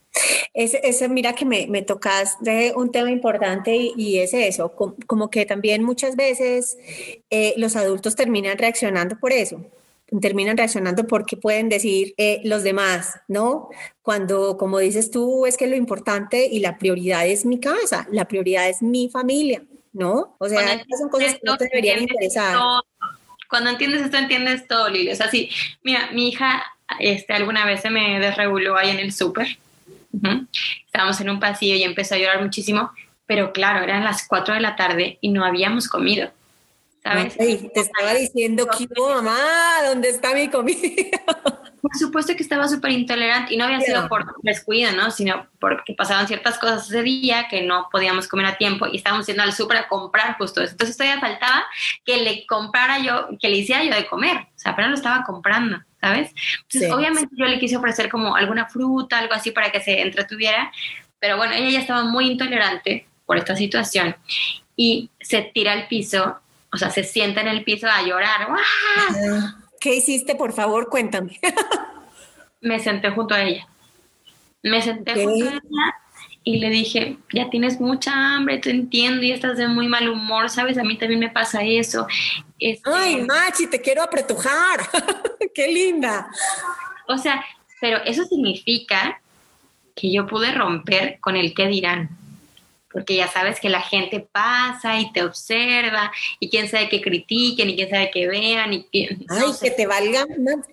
Mira que me tocas de un tema importante y es eso, como que también muchas veces los adultos terminan reaccionando por eso. Terminan reaccionando porque pueden decir los demás, ¿no? Cuando, como dices tú, es que lo importante y la prioridad es mi casa, la prioridad es mi familia, ¿no? O sea, estas son cosas que no te deberían interesar. Todo. Cuando entiendes esto, entiendes todo, Lili. O sea, sí, mira, mi hija alguna vez se me desreguló ahí en el súper. Estábamos en un pasillo y empezó a llorar muchísimo, pero claro, eran las 4 de la tarde y no habíamos comido. ¿Sabes? Ay, te estaba diciendo que mamá, ¿dónde está mi comida? Por supuesto que estaba súper intolerante y no había sido por descuido, ¿no? Sino porque pasaban ciertas cosas ese día que no podíamos comer a tiempo y estábamos yendo al súper a comprar justo eso. Entonces todavía faltaba que le comprara yo, que le hiciera yo de comer. O sea, pero lo estaba comprando, ¿sabes? Entonces, obviamente yo le quise ofrecer como alguna fruta, algo así para que se entretuviera. Pero bueno, ella ya estaba muy intolerante por esta situación y se tira al piso. O sea, se sienta en el piso a llorar. ¡Wow! ¿Qué hiciste? Por favor, cuéntame. Me senté junto a ella. Junto a ella y le dije, ya tienes mucha hambre, te entiendo y estás de muy mal humor, ¿sabes? A mí también me pasa eso. Ay, Machi, te quiero apretujar. ¡Qué linda! O sea, pero eso significa que yo pude romper con el qué dirán. Porque ya sabes que la gente pasa y te observa y quién sabe que critiquen y quién sabe que vean. Ay, que te valgan.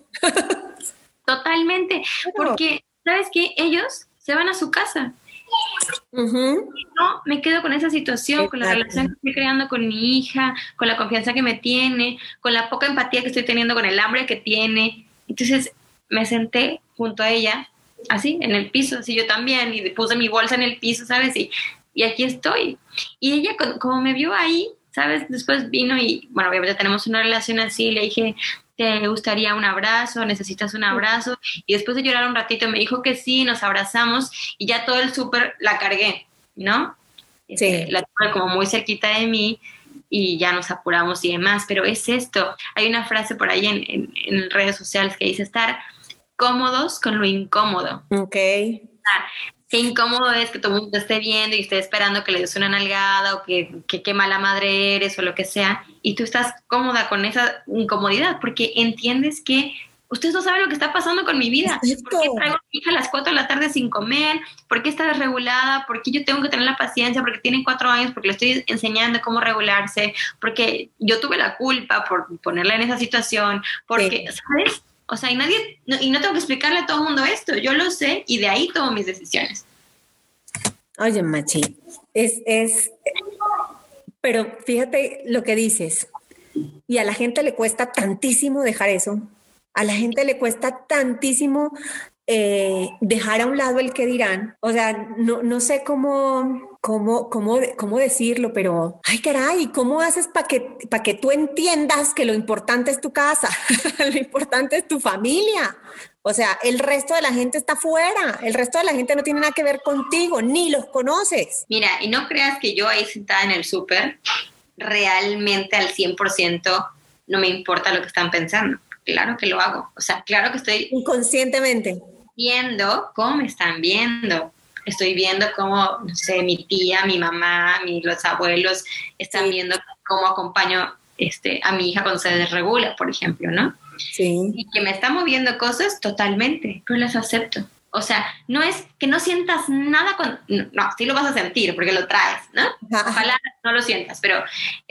Totalmente, porque ¿sabes qué? Ellos se van a su casa. No, me quedo con esa situación, con la relación que estoy creando con mi hija, con la confianza que me tiene, con la poca empatía que estoy teniendo con el hambre que tiene. Entonces me senté junto a ella, así, en el piso, así yo también, y puse mi bolsa en el piso, ¿sabes? Y y aquí estoy. Y ella, como me vio ahí, ¿sabes? Después vino y, bueno, obviamente tenemos una relación así, le dije, ¿te gustaría un abrazo? ¿Necesitas un abrazo? Y después de llorar un ratito me dijo que sí, nos abrazamos y ya todo el súper la cargué, ¿no? Sí. La tuve como muy cerquita de mí y ya nos apuramos y demás, pero es esto. Hay una frase por ahí en redes sociales que dice estar cómodos con lo incómodo. Ok. Qué incómodo es que todo el mundo te esté viendo y esté esperando que le des una nalgada o que qué mala madre eres o lo que sea, y tú estás cómoda con esa incomodidad porque entiendes que ustedes no saben lo que está pasando con mi vida. Exacto. ¿Por qué traigo a mi hija a las 4 de la tarde sin comer? ¿Por qué está desregulada? ¿Por qué yo tengo que tener la paciencia? Porque tiene 4 años, porque le estoy enseñando cómo regularse, porque yo tuve la culpa por ponerla en esa situación, porque, sí. ¿Sabes? O sea, y no tengo que explicarle a todo el mundo esto. Yo lo sé y de ahí tomo mis decisiones. Oye, Machi, pero fíjate lo que dices. Y a la gente le cuesta tantísimo dejar eso. A la gente le cuesta tantísimo dejar a un lado el que dirán. O sea, no sé cómo decirlo, pero ay, caray, ¿cómo haces para que tú entiendas que lo importante es tu casa? Lo importante es tu familia. O sea, el resto de la gente está fuera. El resto de la gente no tiene nada que ver contigo, ni los conoces. Mira, y no creas que yo ahí sentada en el súper realmente al 100% no me importa lo que están pensando. Claro que lo hago. O sea, claro que estoy inconscientemente viendo cómo me están viendo. Estoy viendo cómo, no sé, mi tía, mi mamá, los abuelos están viendo cómo acompaño a mi hija cuando se desregula, por ejemplo, ¿no? Sí. Y que me está moviendo cosas totalmente, pero las acepto. O sea, no es que no sientas nada con... No, sí lo vas a sentir porque lo traes, ¿no? Ojalá no lo sientas, pero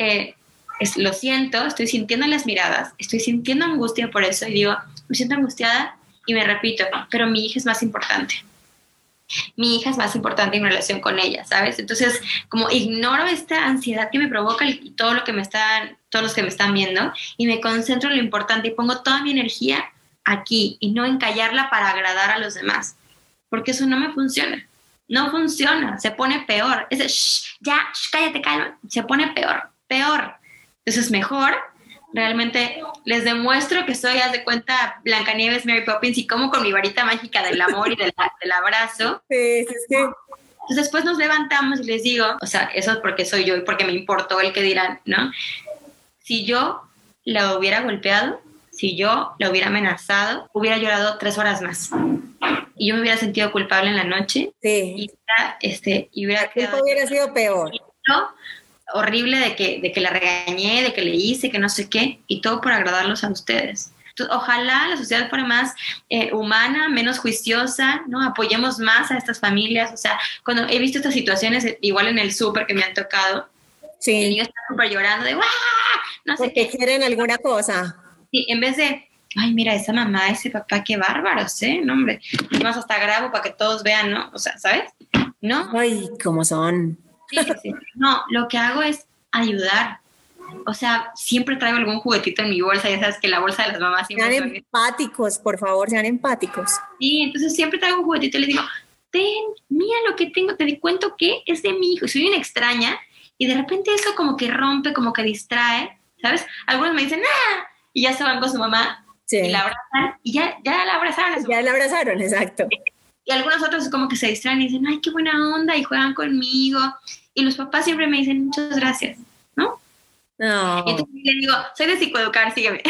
lo siento, estoy sintiendo las miradas, estoy sintiendo angustia por eso y digo, me siento angustiada y me repito, pero mi hija es más importante. Mi hija es más importante en relación con ella, ¿sabes? Entonces, como ignoro esta ansiedad que me provoca todos los que me están viendo y me concentro en lo importante y pongo toda mi energía aquí y no en callarla para agradar a los demás, porque eso no me funciona. No funciona, se pone peor. Ese cállate, calma, se pone peor. Entonces, mejor realmente les demuestro que soy, haz de cuenta, Blancanieves, Mary Poppins, y como con mi varita mágica del amor y del abrazo. Sí. Entonces después nos levantamos y les digo, o sea, eso es porque soy yo y porque me importó el que dirán, ¿no? Si yo la hubiera golpeado, si yo la hubiera amenazado, hubiera llorado 3 horas más. Y yo me hubiera sentido culpable en la noche. Sí. Y hubiera quedado... hubiera sido peor. Horrible de que la regañé, de que le hice, que no sé qué, y todo por agradarlos a ustedes. Entonces, ojalá la sociedad fuera más humana, menos juiciosa, ¿no? Apoyemos más a estas familias. O sea, cuando he visto estas situaciones, igual en el súper que me han tocado, sí. El niño está súper llorando de ¡guau! No sé porque qué. Quieren alguna cosa. Sí, en vez de, ay, mira, esa mamá, ese papá, qué bárbaros, ¿eh? No, hombre, más hasta grabo para que todos vean, ¿no? O sea, ¿sabes? ¿No? Ay, ¿cómo son? Sí. No, lo que hago es ayudar. O sea, siempre traigo algún juguetito en mi bolsa. Ya sabes que la bolsa de las mamás siempre sean empáticos, por favor, sean empáticos. Sí, entonces siempre traigo un juguetito y les digo, mira lo que tengo, te cuento que es de mi hijo. Soy una extraña y de repente eso como que rompe, como que distrae, ¿sabes? Algunos me dicen, ¡ah! Y ya se van con su mamá y la abrazan y ya la abrazaron. Ya la abrazaron, exacto. Y algunos otros como que se distraen y dicen, ay, qué buena onda, y juegan conmigo. Y los papás siempre me dicen, muchas gracias, ¿no? No. Y entonces le digo, soy de Psicoeducar, sígueme.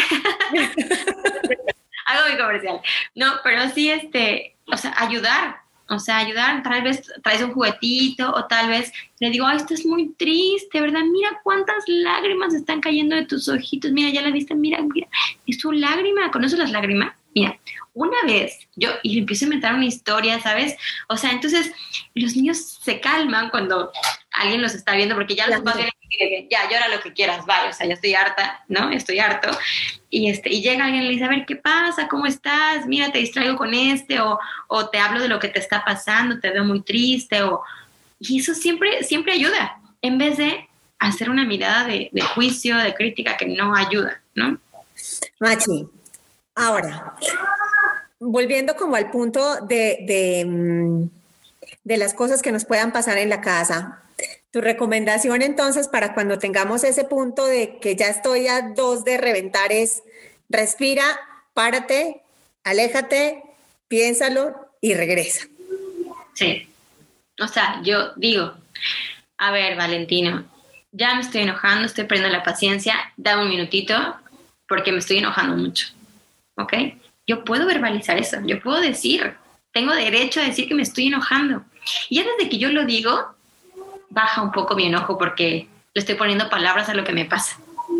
Hago mi comercial. No, pero sí, o sea, ayudar, tal vez traes un juguetito o tal vez le digo, ay, estás muy triste, ¿verdad? Mira cuántas lágrimas están cayendo de tus ojitos, mira, ya la viste, mira, es tu lágrima, ¿conoces las lágrimas? Mira, una vez y empiezo a inventar una historia, ¿sabes? O sea, entonces los niños se calman cuando alguien los está viendo porque ya los papás vienen y dicen, ya, llora lo que quieras, vaya, o sea, ya estoy harta, ¿no? Estoy harto. Y llega alguien y le dice, a ver, ¿qué pasa? ¿Cómo estás? Mira, te distraigo con o te hablo de lo que te está pasando, te veo muy triste, y eso siempre ayuda, en vez de hacer una mirada de juicio, de crítica que no ayuda, ¿no? Machi, ahora, volviendo como al punto de de las cosas que nos puedan pasar en la casa. Tu recomendación entonces para cuando tengamos ese punto de que ya estoy a 2 de reventar es respira, párate, aléjate, piénsalo y regresa. Sí. O sea, yo digo, a ver, Valentino, ya me estoy enojando, estoy perdiendo la paciencia, dame un minutito porque me estoy enojando mucho, ¿ok? Yo puedo verbalizar eso, yo puedo decir, tengo derecho a decir que me estoy enojando. Y ya desde que yo lo digo, baja un poco mi enojo porque le estoy poniendo palabras a lo que me pasa.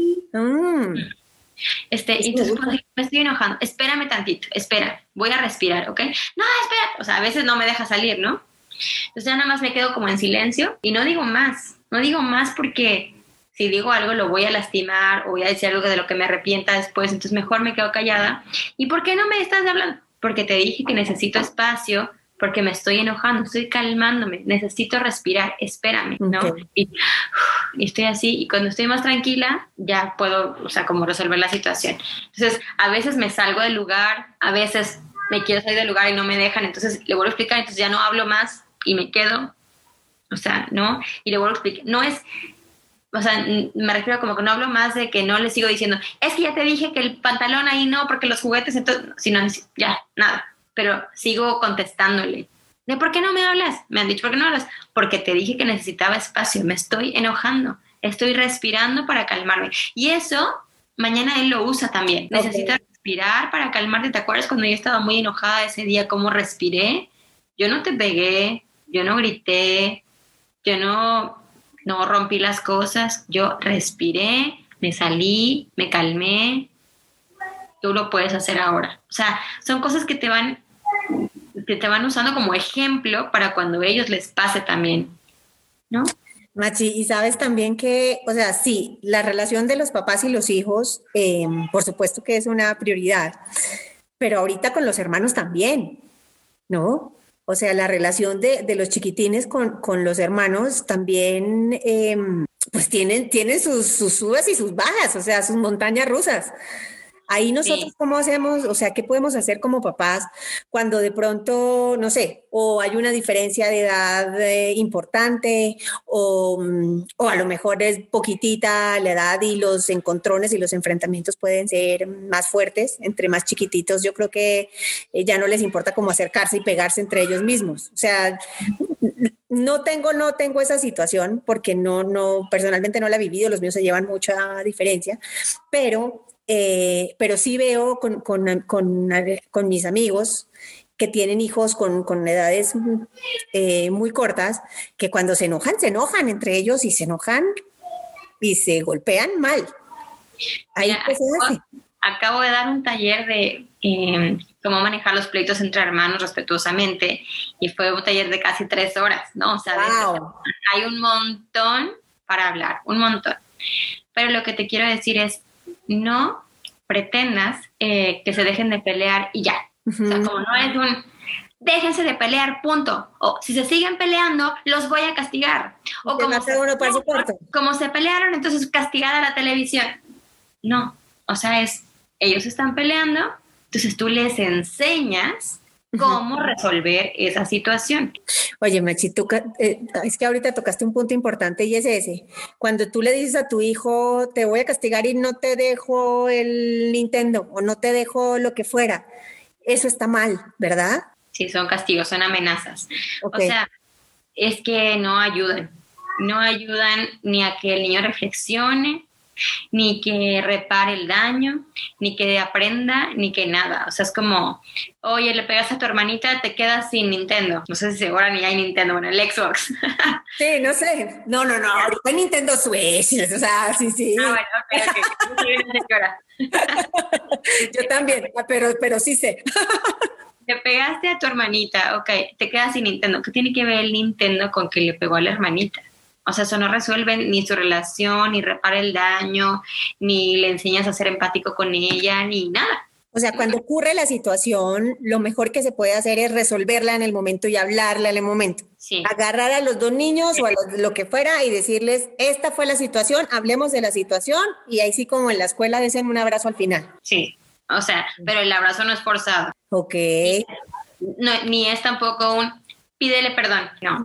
Entonces puedo decir, me estoy enojando, espérame tantito, espera, voy a respirar, ¿ok? No, espera, o sea, a veces no me deja salir, ¿no? Entonces ya nada más me quedo como en silencio y no digo más porque si digo algo lo voy a lastimar o voy a decir algo de lo que me arrepienta después, entonces mejor me quedo callada. ¿Y por qué no me estás hablando? Porque te dije que necesito espacio, porque me estoy enojando, estoy calmándome, necesito respirar, espérame, ¿no? Okay. Y estoy así, y cuando estoy más tranquila ya puedo, o sea, como resolver la situación. Entonces a veces me salgo del lugar, a veces me quiero salir del lugar y no me dejan, entonces le vuelvo a explicar, entonces ya no hablo más y me quedo, o sea, ¿no? Y le vuelvo a explicar, no es, o sea, me refiero como que no hablo más de que no le sigo diciendo, es que ya te dije que el pantalón ahí no, porque los juguetes, entonces, sino ya, nada, pero sigo contestándole. ¿De por qué no me hablas? Me han dicho, ¿por qué no hablas? Porque te dije que necesitaba espacio, me estoy enojando, estoy respirando para calmarme. Y eso, mañana él lo usa también. Okay. Necesita respirar para calmarte. ¿Te acuerdas cuando yo estaba muy enojada ese día, cómo respiré? Yo no te pegué, yo no grité, yo no rompí las cosas, yo respiré, me salí, me calmé. Tú lo puedes hacer ahora. O sea, son cosas que te van usando como ejemplo para cuando a ellos les pase también, ¿no? Machi, y sabes también que, o sea, sí, la relación de los papás y los hijos, por supuesto que es una prioridad, pero ahorita con los hermanos también, ¿no? O sea, la relación de los chiquitines con los hermanos también, pues tienen sus subas y sus bajas, o sea, sus montañas rusas. Ahí nosotros, sí. ¿Cómo hacemos? O sea, ¿qué podemos hacer como papás cuando de pronto, no sé, o hay una diferencia de edad importante o a lo mejor es poquitita la edad y los encontrones y los enfrentamientos pueden ser más fuertes entre más chiquititos? Yo creo que ya no les importa cómo acercarse y pegarse entre ellos mismos. O sea, no tengo esa situación porque no personalmente no la he vivido, los míos se llevan mucha diferencia, pero sí veo con mis amigos que tienen hijos con edades muy cortas, que cuando se enojan entre ellos y se enojan y se golpean mal. Ahí mira, acabo de dar un taller de cómo manejar los pleitos entre hermanos respetuosamente y fue un taller de casi 3 horas, ¿no? O sea, wow. Hay un montón para hablar, un montón. Pero lo que te quiero decir es, no pretendas que se dejen de pelear y ya. Uh-huh. O sea, como no es déjense de pelear, punto. O si se siguen peleando, los voy a castigar. O como se pelearon, entonces castigada la televisión. No, o sea, ellos están peleando, entonces tú les enseñas cómo resolver esa situación. Oye, Machi, es que ahorita tocaste un punto importante y es ese. Cuando tú le dices a tu hijo, te voy a castigar y no te dejo el Nintendo o no te dejo lo que fuera, eso está mal, ¿verdad? Sí, son castigos, son amenazas. Okay. O sea, es que no ayudan ni a que el niño reflexione, ni que repare el daño, ni que aprenda, ni que nada. O sea, es como, oye, le pegas a tu hermanita, te quedas sin Nintendo. No sé si ahora ni hay Nintendo, bueno, el Xbox. Sí, no sé. No, ahorita hay Nintendo Switch, o sea, sí. Ah, bueno, ok. Yo también, pero sí sé. Le pegaste a tu hermanita, ok, te quedas sin Nintendo. ¿Qué tiene que ver el Nintendo con que le pegó a la hermanita? O sea, eso no resuelve ni su relación, ni repara el daño, ni le enseñas a ser empático con ella, ni nada. O sea, cuando ocurre la situación, lo mejor que se puede hacer es resolverla en el momento y hablarla en el momento. Sí. Agarrar a los 2 niños o a lo que fuera y decirles, esta fue la situación, hablemos de la situación y ahí sí como en la escuela dicen un abrazo al final. Sí, o sea, pero el abrazo no es forzado. Ok. No, ni es tampoco pídele perdón. No,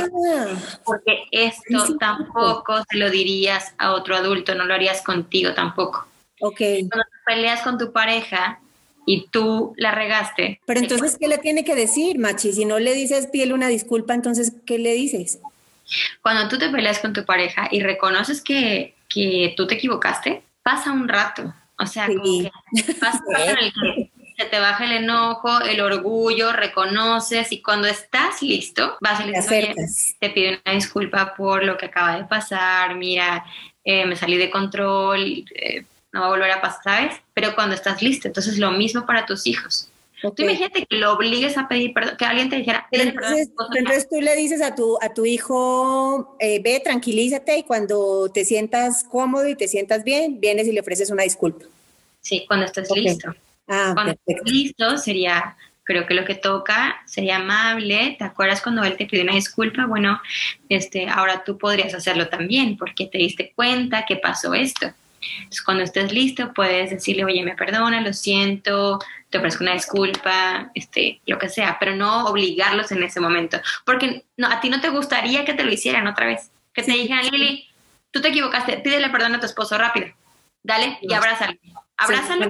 porque esto tampoco se lo dirías a otro adulto, no lo harías contigo tampoco. Okay. Cuando te peleas con tu pareja y tú la regaste. Pero entonces, ¿qué le tiene que decir, Machi? Si no le dices, pídele una disculpa, entonces, ¿qué le dices? Cuando tú te peleas con tu pareja y reconoces que tú te equivocaste, pasa un rato. O sea, como que pasa en el que se te baja el enojo, el orgullo, reconoces y cuando estás listo, vas y le dices, oye, te pido una disculpa por lo que acaba de pasar, mira, me salí de control, no va a volver a pasar, ¿sabes? Pero cuando estás listo, entonces lo mismo para tus hijos. Okay. Tú imagínate que lo obligues a pedir perdón, que alguien te dijera, entonces tú le dices a tu hijo, ve, tranquilízate y cuando te sientas cómodo y te sientas bien, vienes y le ofreces una disculpa. Sí, cuando estés listo. Cuando estés listo sería, creo que lo que toca sería amable. ¿Te acuerdas cuando él te pidió una disculpa? Bueno, ahora tú podrías hacerlo también porque te diste cuenta que pasó esto. Entonces, cuando estés listo, puedes decirle, oye, me perdona, lo siento, te ofrezco una disculpa, lo que sea, pero no obligarlos en ese momento. Porque a ti no te gustaría que te lo hicieran otra vez. Que te dijeran, Lili, tú te equivocaste, pídele perdón a tu esposo rápido. Dale y abrázalo. Abrázalo.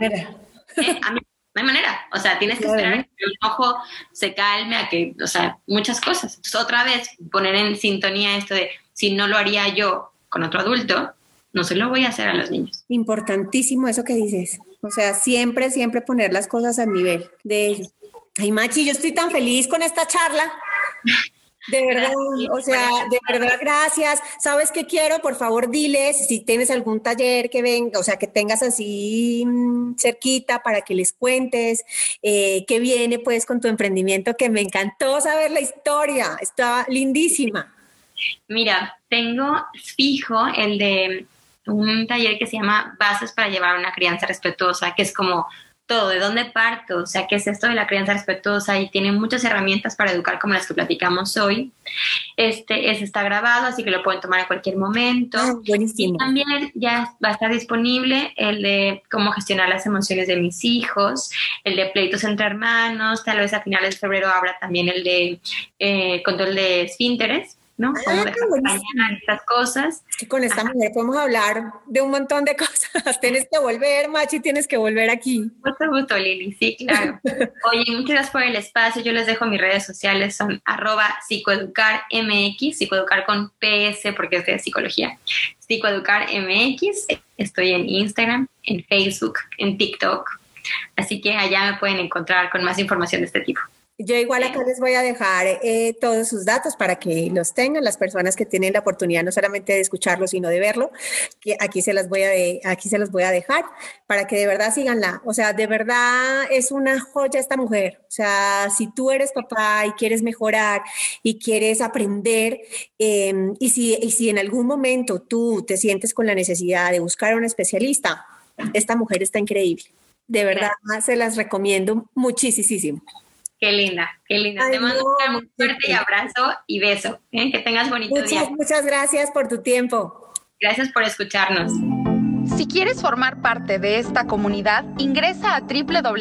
A mí no hay manera. O sea, tienes que esperar a que el enojo se calme, muchas cosas. Entonces, otra vez, poner en sintonía esto de, si no lo haría yo con otro adulto, no se lo voy a hacer a los niños. Importantísimo eso que dices. O sea, siempre poner las cosas al nivel de ellos. Ay, Machi, yo estoy tan feliz con esta charla. De verdad, de verdad, gracias. ¿Sabes qué quiero? Por favor, diles si tienes algún taller que venga, o sea, que tengas así cerquita para que les cuentes qué viene pues con tu emprendimiento, que me encantó saber la historia. Estaba lindísima. Mira, tengo fijo el de un taller que se llama Bases para llevar una crianza respetuosa, que es como todo, ¿de dónde parto? O sea, ¿qué es esto de la crianza respetuosa? Y tiene muchas herramientas para educar como las que platicamos hoy. Está grabado, así que lo pueden tomar en cualquier momento. Buenísimo. Y también ya va a estar disponible el de cómo gestionar las emociones de mis hijos, el de pleitos entre hermanos, tal vez a finales de febrero habrá también el de control de esfínteres, ¿no? Cómo dejar mañana estas cosas. Es que con esta mujer podemos hablar de un montón de cosas. Tienes que volver, Machi, tienes que volver aquí. Mucho gusto, Lili, sí, claro. Oye, muchas gracias por el espacio. Yo les dejo mis redes sociales, son @psicoeducarmx, psicoeducar con PS porque es de psicología. Psicoeducarmx, estoy en Instagram, en Facebook, en TikTok. Así que allá me pueden encontrar con más información de este tipo. Yo igual acá les voy a dejar todos sus datos para que los tengan las personas que tienen la oportunidad no solamente de escucharlo, sino de verlo, que aquí se los voy a dejar para que de verdad síganla. O sea, de verdad es una joya esta mujer. O sea, si tú eres papá y quieres mejorar y quieres aprender y si en algún momento tú te sientes con la necesidad de buscar a un especialista, esta mujer está increíble. De verdad, se las recomiendo muchísimo. Qué linda, qué linda. Ay, te mando un muy fuerte y abrazo y beso. Que tengas bonito día. Muchas gracias por tu tiempo. Gracias por escucharnos. Si quieres formar parte de esta comunidad, ingresa a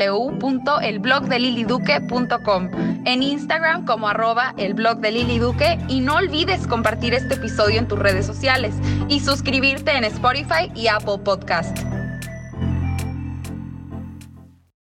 www.elblogdeliliduque.com, en Instagram como @elblogdeliliduque y no olvides compartir este episodio en tus redes sociales y suscribirte en Spotify y Apple Podcast.